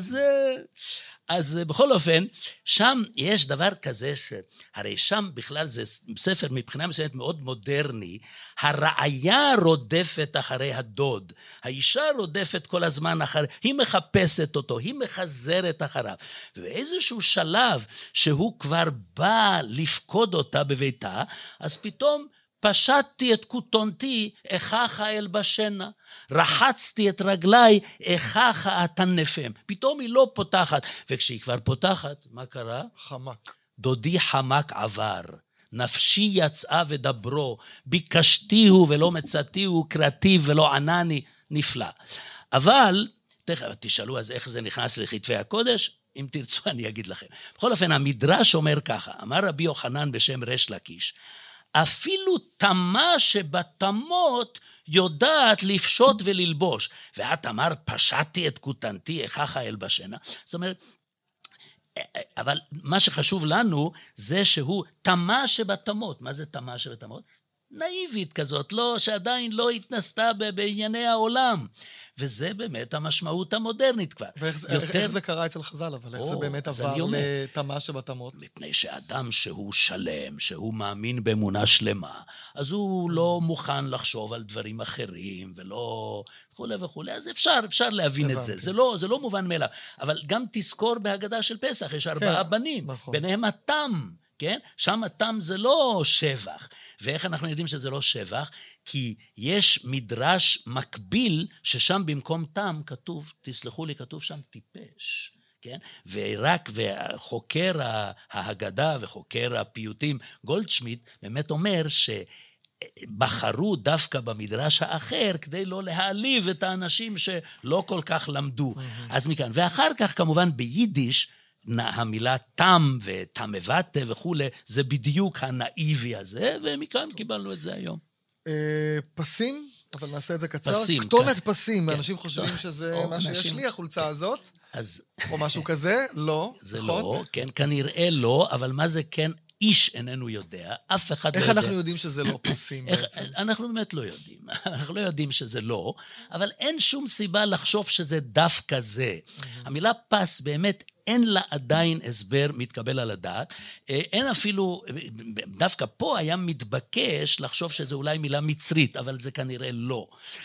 אז בכל אופן, שם יש דבר כזה, שהרי שם בכלל זה ספר מבחינה מסוימת מאוד מודרני, הרעיה רודפת אחרי הדוד, האישה רודפת כל הזמן אחרי, היא מחפשת אותו, היא מחזרת אחריו, ובאיזשהו שלב שהוא כבר בא לפקוד אותה בביתה, אז פתאום פשטתי את כותונתי, איכך אלבשנה. רחצתי את רגליי, איכך אטנפם. פתאום היא לא פותחת, וכשהיא כבר פותחת, מה קרה? חמק. דודי חמק עבר, נפשי יצאה ודברו, ביקשתיהו ולא מצאתיהו, קראתיו ולא ענני, נפלא. אבל, תשאלו אז איך זה נכנס לכתבי הקודש? אם תרצו אני אגיד לכם. בכל אופן, המדרש אומר ככה, אמר רבי יוחנן בשם ריש לקיש, אפילו תמה שבתמות יודעת לפשוט וללבוש. ואת אמר, פשטתי את כותנתי, איכך אלבשנה. זאת אומרת, אבל מה שחשוב לנו זה שהוא תמה שבתמות. מה זה תמה שבתמות? נאיבית כזאת, לא, שעדיין לא התנסתה בענייני העולם. וזה באמת המשמעות המודרנית כבר. איך זה קרה אצל חז"ל, אבל איך זה באמת עבר לתמה שבתמות? מפני שאדם שהוא שלם, שהוא מאמין באמונה שלמה, אז הוא לא מוכן לחשוב על דברים אחרים, ולא וכו' וכו'. אז אפשר להבין את זה. זה לא מובן מאליו. אבל גם תזכור בהגדה של פסח, יש 4 בנים, ביניהם התם. כן? שם התם זה לא שבח. ואיך אנחנו יודעים שזה לא שבח? כי יש מדרש מקביל ששם במקום תם כתוב, תסלחו לי, כתוב שם טיפש. כן? וחוקר ההגדה וחוקר הפיוטים גולדשמיט באמת אומר שבחרו דווקא במדרש האחר כדי לא להעליב את האנשים שלא כל כך למדו. אז מכאן. ואחר כך כמובן ביידיש המילה תם ותמבטה וכו', זה בדיוק הנאיבי הזה, ומכאן קיבלנו את זה היום. פסים, אבל נעשה את זה קצר. כתונת פסים, אנשים חושבים שזה מה שיש לי, החולצה הזאת, או משהו כזה, לא. זה לא, כן, כנראה לא, אבל מה זה כן, איש איננו יודע, אף אחד לא יודע. איך אנחנו יודעים שזה לא פסים בעצם? אנחנו באמת לא יודעים, אנחנו לא יודעים שזה לא, אבל אין שום סיבה לחשוב שזה דווקא זה. המילה פס באמת אין לה עדיין הסבר מתקבל על הדעת, אין אפילו, דווקא פה היה מתבקש לחשוב שזה אולי מילה מצרית, אבל זה כנראה לא.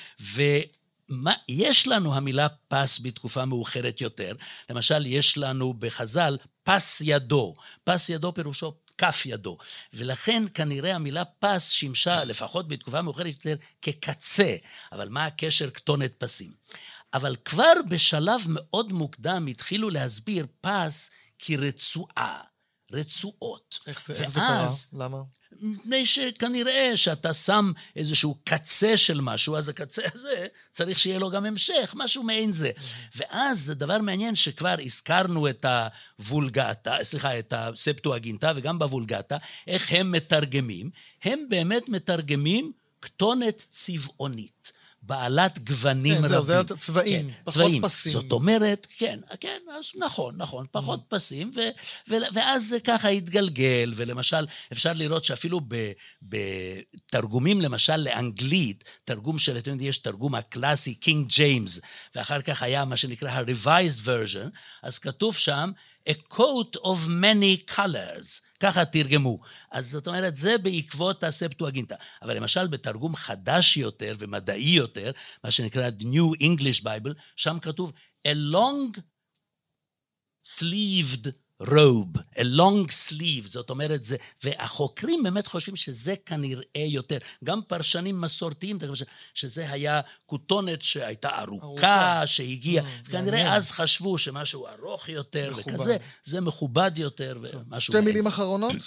יש לנו המילה פס בתקופה מאוחרת יותר, למשל יש לנו בחז"ל פס ידו, פס ידו פירושו כף ידו, ולכן כנראה המילה פס שימשה לפחות בתקופה מאוחרת יותר כקצה, אבל מה הקשר כתונת פסים? אבל כבר בשלב מאוד מוקדם התחילו להסביר פס כרצועה, רצועות. איך זה קרה? למה? מפני שכנראה שאתה שם איזשהו קצה של משהו, אז הקצה הזה צריך שיהיה לו גם המשך, משהו מעין זה. ואז זה דבר מעניין שכבר הזכרנו את הוולגטה, את הספטואגינטה וגם בוולגטה, איך הם מתרגמים. הם באמת מתרגמים כתונת צבעונית. בעלת גוונים רבים. זה יותר צבעים, פחות פסים. זאת אומרת, כן, אז נכון, פחות פסים, ואז זה ככה התגלגל, ולמשל, אפשר לראות שאפילו בתרגומים, למשל לאנגלית, תרגום של, אתם יודעים, יש תרגום הקלאסי, קינג ג'יימס, ואחר כך היה מה שנקרא ה-revised version, אז כתוב שם, a coat of many colors, ככה תרגמו. אז זאת אומרת, זה בעקבות הספטואגינטה. אבל למשל בתרגום חדש יותר ומדעי יותר, מה שנקרא New English Bible, שם כתוב a long sleeved robe, a long sleeve, זאת אומרת זה, והחוקרים באמת חושבים שזה כנראה יותר, גם פרשנים מסורתיים, שזה היה כותונת שהייתה ארוכה, שהגיעה, וכנראה אז חשבו שמשהו ארוך יותר, וכזה, זה מכובד יותר, ומשהו... 2 מילים אחרונות?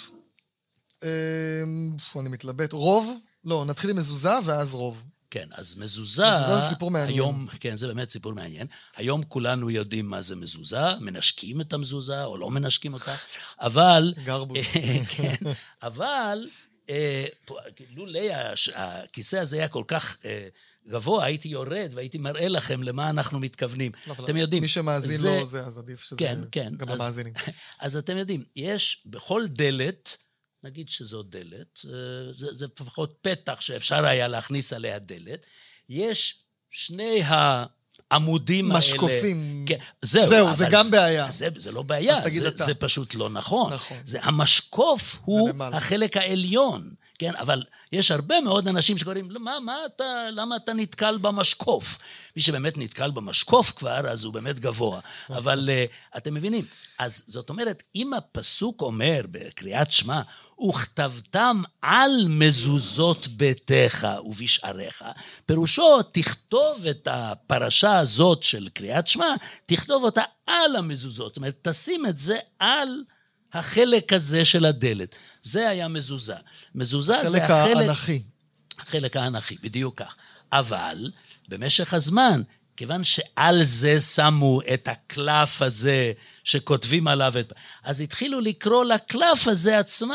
אני מתלבט. רוב? לא, נתחיל עם מזוזה ואז רוב. כן, אז מזוזה זה סיפור מעניין. היום, כן, זה באמת סיפור מעניין. היום כולנו יודעים מה זה מזוזה, מנשקים את המזוזה או לא מנשקים אותה, אבל... גרבוז. כן, אבל לולי הכיסא הזה היה כל כך גבוה, הייתי יורד והייתי מראה לכם למה אנחנו מתכוונים. אתם יודעים... מי שמאזין לו זה, אז עדיף שזה כן, גם המאזינים. אז אתם יודעים, יש בכל דלת, נגיד שזו דלת, זה לפחות פתח שאפשר היה להכניס עליה דלת, יש שני העמודים האלה. משקופים. כן, זהו, זה גם בעיה. זה לא בעיה, זה פשוט לא נכון. המשקוף הוא החלק העליון, כן, אבל יש הרבה מאוד אנשים שקוראים, למה אתה נתקל במשקוף? מי שבאמת נתקל במשקוף כבר, אז הוא באמת גבוה. אבל אתם מבינים, אז זאת אומרת, אם הפסוק אומר בקריאת שמע, וכתבתם על מזוזות ביתך ובשעריך, פירושו תכתוב את הפרשה הזאת של קריאת שמע, תכתוב אותה על המזוזות, זאת אומרת, תשים את זה על החלק הזה של הדלת. זה היה מזוזה. מזוזה זה החלק האנכי, בדיוק כך. אבל במשך הזמן, כיוון שעל זה שמו את הקלף הזה שכותבים עליו אז התחילו לקרוא לקלף הזה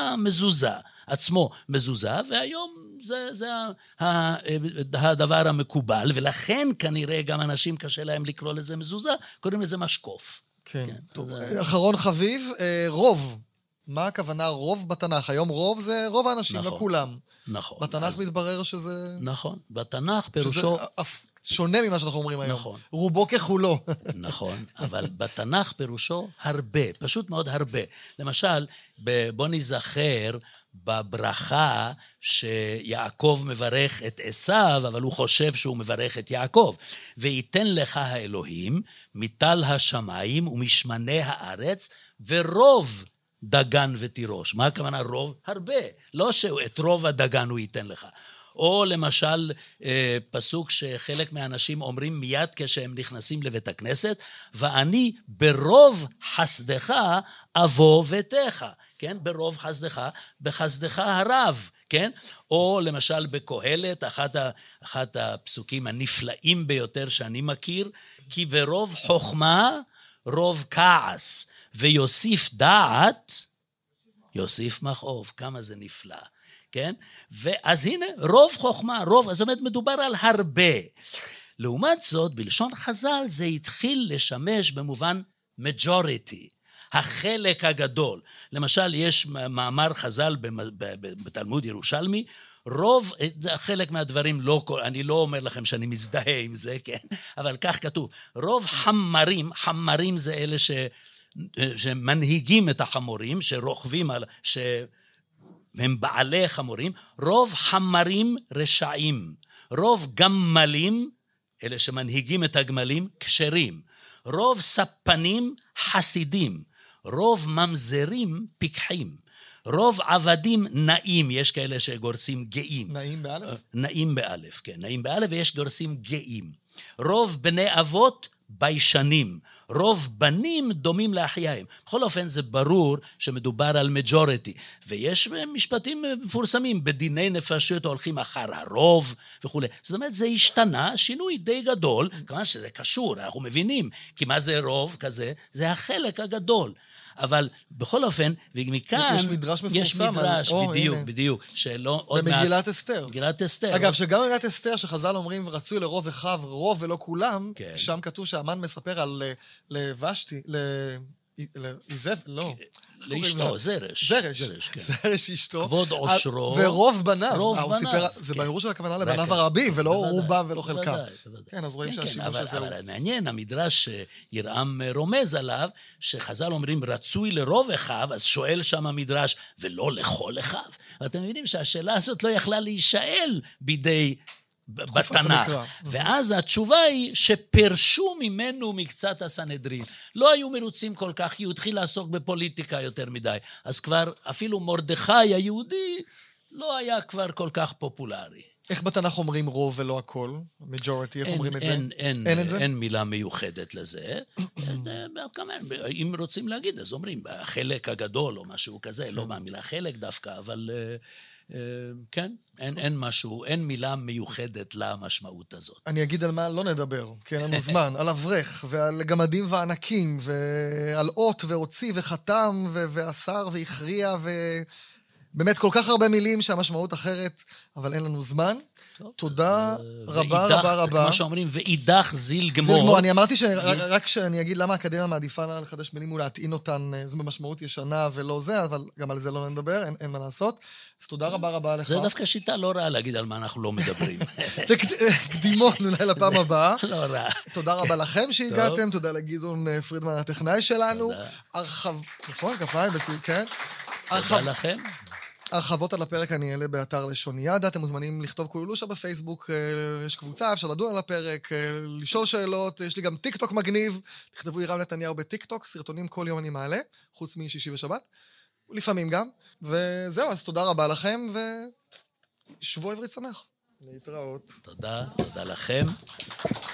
עצמו מזוזה, והיום זה הדבר המקובל, ולכן כנראה גם אנשים קשה להם לקרוא לזה מזוזה, קוראים לזה משקוף. כן, טוב. אחרון חביב, רוב. מה הכוונה רוב בתנ"ך? היום רוב זה רוב האנשים, לא כולם. נכון. בתנ"ך מתברר שזה... נכון, בתנ"ך פירושו... שונה ממה שאנחנו אומרים היום. נכון. רובו ככולו. נכון, אבל בתנ"ך פירושו הרבה, פשוט מאוד הרבה. למשל, בוא נזכר בברכה שיעקב מברך את עשיו, אבל הוא חושב שהוא מברך את יעקב. וייתן לך האלוהים מטל השמיים ומשמני הארץ ורוב דגן ותירוש. מה הכוונה רוב? הרבה. לא שאת רוב הדגן הוא ייתן לך. או למשל פסוק שחלק מהאנשים אומרים מיד כשהם נכנסים לבית הכנסת, ואני ברוב חסדך אבוא ביתך, כן? ברוב חסדך, בחסדך הרב, כן? או למשל בקהלת, אחד הפסוקים הנפלאים ביותר שאני מכיר, כי ברוב חוכמה רוב כעס, ויוסיף דעת, יוסיף מכאוב. כמה זה נפלא. כן? ואז הנה, רוב חוכמה, רוב, זאת אומרת, מדובר על הרבה. לעומת זאת, בלשון חז"ל, זה התחיל לשמש במובן majority, החלק הגדול. למשל, יש מאמר חז"ל בתלמוד ירושלמי, רוב, חלק מהדברים, אני לא אומר לכם שאני מזדהה עם זה, כן? אבל כך כתוב, רוב חמרים זה אלה שמנהיגים את החמורים, שרוכבים על... הם בעלי חמורים, רוב חמרים רשעים, רוב גמלים, אלה שמנהיגים את הגמלים, כשרים, רוב ספנים חסידים, רוב ממזרים פיקחים, רוב עבדים נעים, יש כאלה שגורסים גאים. נעים באלף? נעים באלף, כן, נעים באלף, ויש גורסים גאים. רוב בני אבות ביישנים, רוב בנים דומים לאחייהם. בכל אופן זה ברור שמדובר על majority, ויש משפטים מפורסמים, בדיני נפשות הולכים אחר הרוב וכו'. זאת אומרת, זה השתנה, שינוי די גדול, כמובן שזה קשור, אנחנו מבינים, כי מה זה רוב כזה? זה החלק הגדול. אבל בכל אופן, ומכאן... יש מדרש מפורסם. יש מדרש, בדיוק. במגילת אסתר. מגילת אסתר. אגב, שגם במגילת אסתר, שחז"ל אומרים, רצוי לרוב אחיו, רוב ולא כולם, שם כתוב שהמן מספר על לבשתי, לא. לאשתו, זרש. זרש אשתו. כבוד עושרו. ורוב בניו. רוב בניו. זה ברור שהכוונה לבניו הרבים, ולא רובם ולא חלקם. בוודאי. כן, אז רואים שהשימוש הזה הוא... אבל מעניין, המדרש שירעם רומז עליו, שחז"ל אומרים רצוי לרוב אחיו, אז שואל שם המדרש, ולא לכל אחיו. ואתם מבינים שהשאלה הזאת לא יכלה להישאל בידי... בתנ"ך, ואז התשובה היא שפרשו ממנו מקצת הסנהדרין, לא היו מרוצים כל כך, כי הוא התחיל לעסוק בפוליטיקה יותר מדי, אז כבר אפילו מרדכי היהודי לא היה כבר כל כך פופולרי. איך בתנ"ך אומרים רוב ולא הכל? majority, איך אומרים את זה? אין מילה מיוחדת לזה. אם רוצים להגיד, אז אומרים, החלק הגדול או משהו כזה, לא מהמילה חלק דווקא, אבל... כן, אין משהו, אין מילה מיוחדת למשמעות הזאת. אני אגיד על מה לא נדבר, כי אין לנו זמן, על אברך, ועל גמדים וענקים, ועל אות והוציא וחתם, ואסר והכריע, ובאמת כל כך הרבה מילים שהמשמעות אחרת, אבל אין לנו זמן. תודה רבה רבה רבה. כמו שאומרים, ואידך זיל גמור. אני אמרתי שרק שאני אגיד למה האקדמיה מעדיפה לחדש מילים ולהטעין אותן, זו במשמעות ישנה ולא זה, אבל גם על זה לא נדבר, אין מה לעשות. אז תודה רבה רבה לך. זה דווקא שיטה לא רעה להגיד על מה אנחנו לא מדברים. זה קדימון אולי לפעם הבאה. לא רע. תודה רבה לכם שהגעתם, תודה לגדעון פרידמן הטכנאי שלנו. נכון, כפיים, כן. תודה לכם. הרחבות על הפרק אני אעלה באתר לשוניאדה, אתם מוזמנים לכתוב קולולושה בפייסבוק, יש קבוצה, אפשר לדון על הפרק, לשאול שאלות, יש לי גם טיק טוק מגניב, תכתבו ירם נתניהו בטיק טוק, סרטונים כל יום אני מעלה, חוץ משישי ושבת, לפעמים גם, וזהו, אז תודה רבה לכם, ושבוע עברית שמח. להתראות. תודה לכם.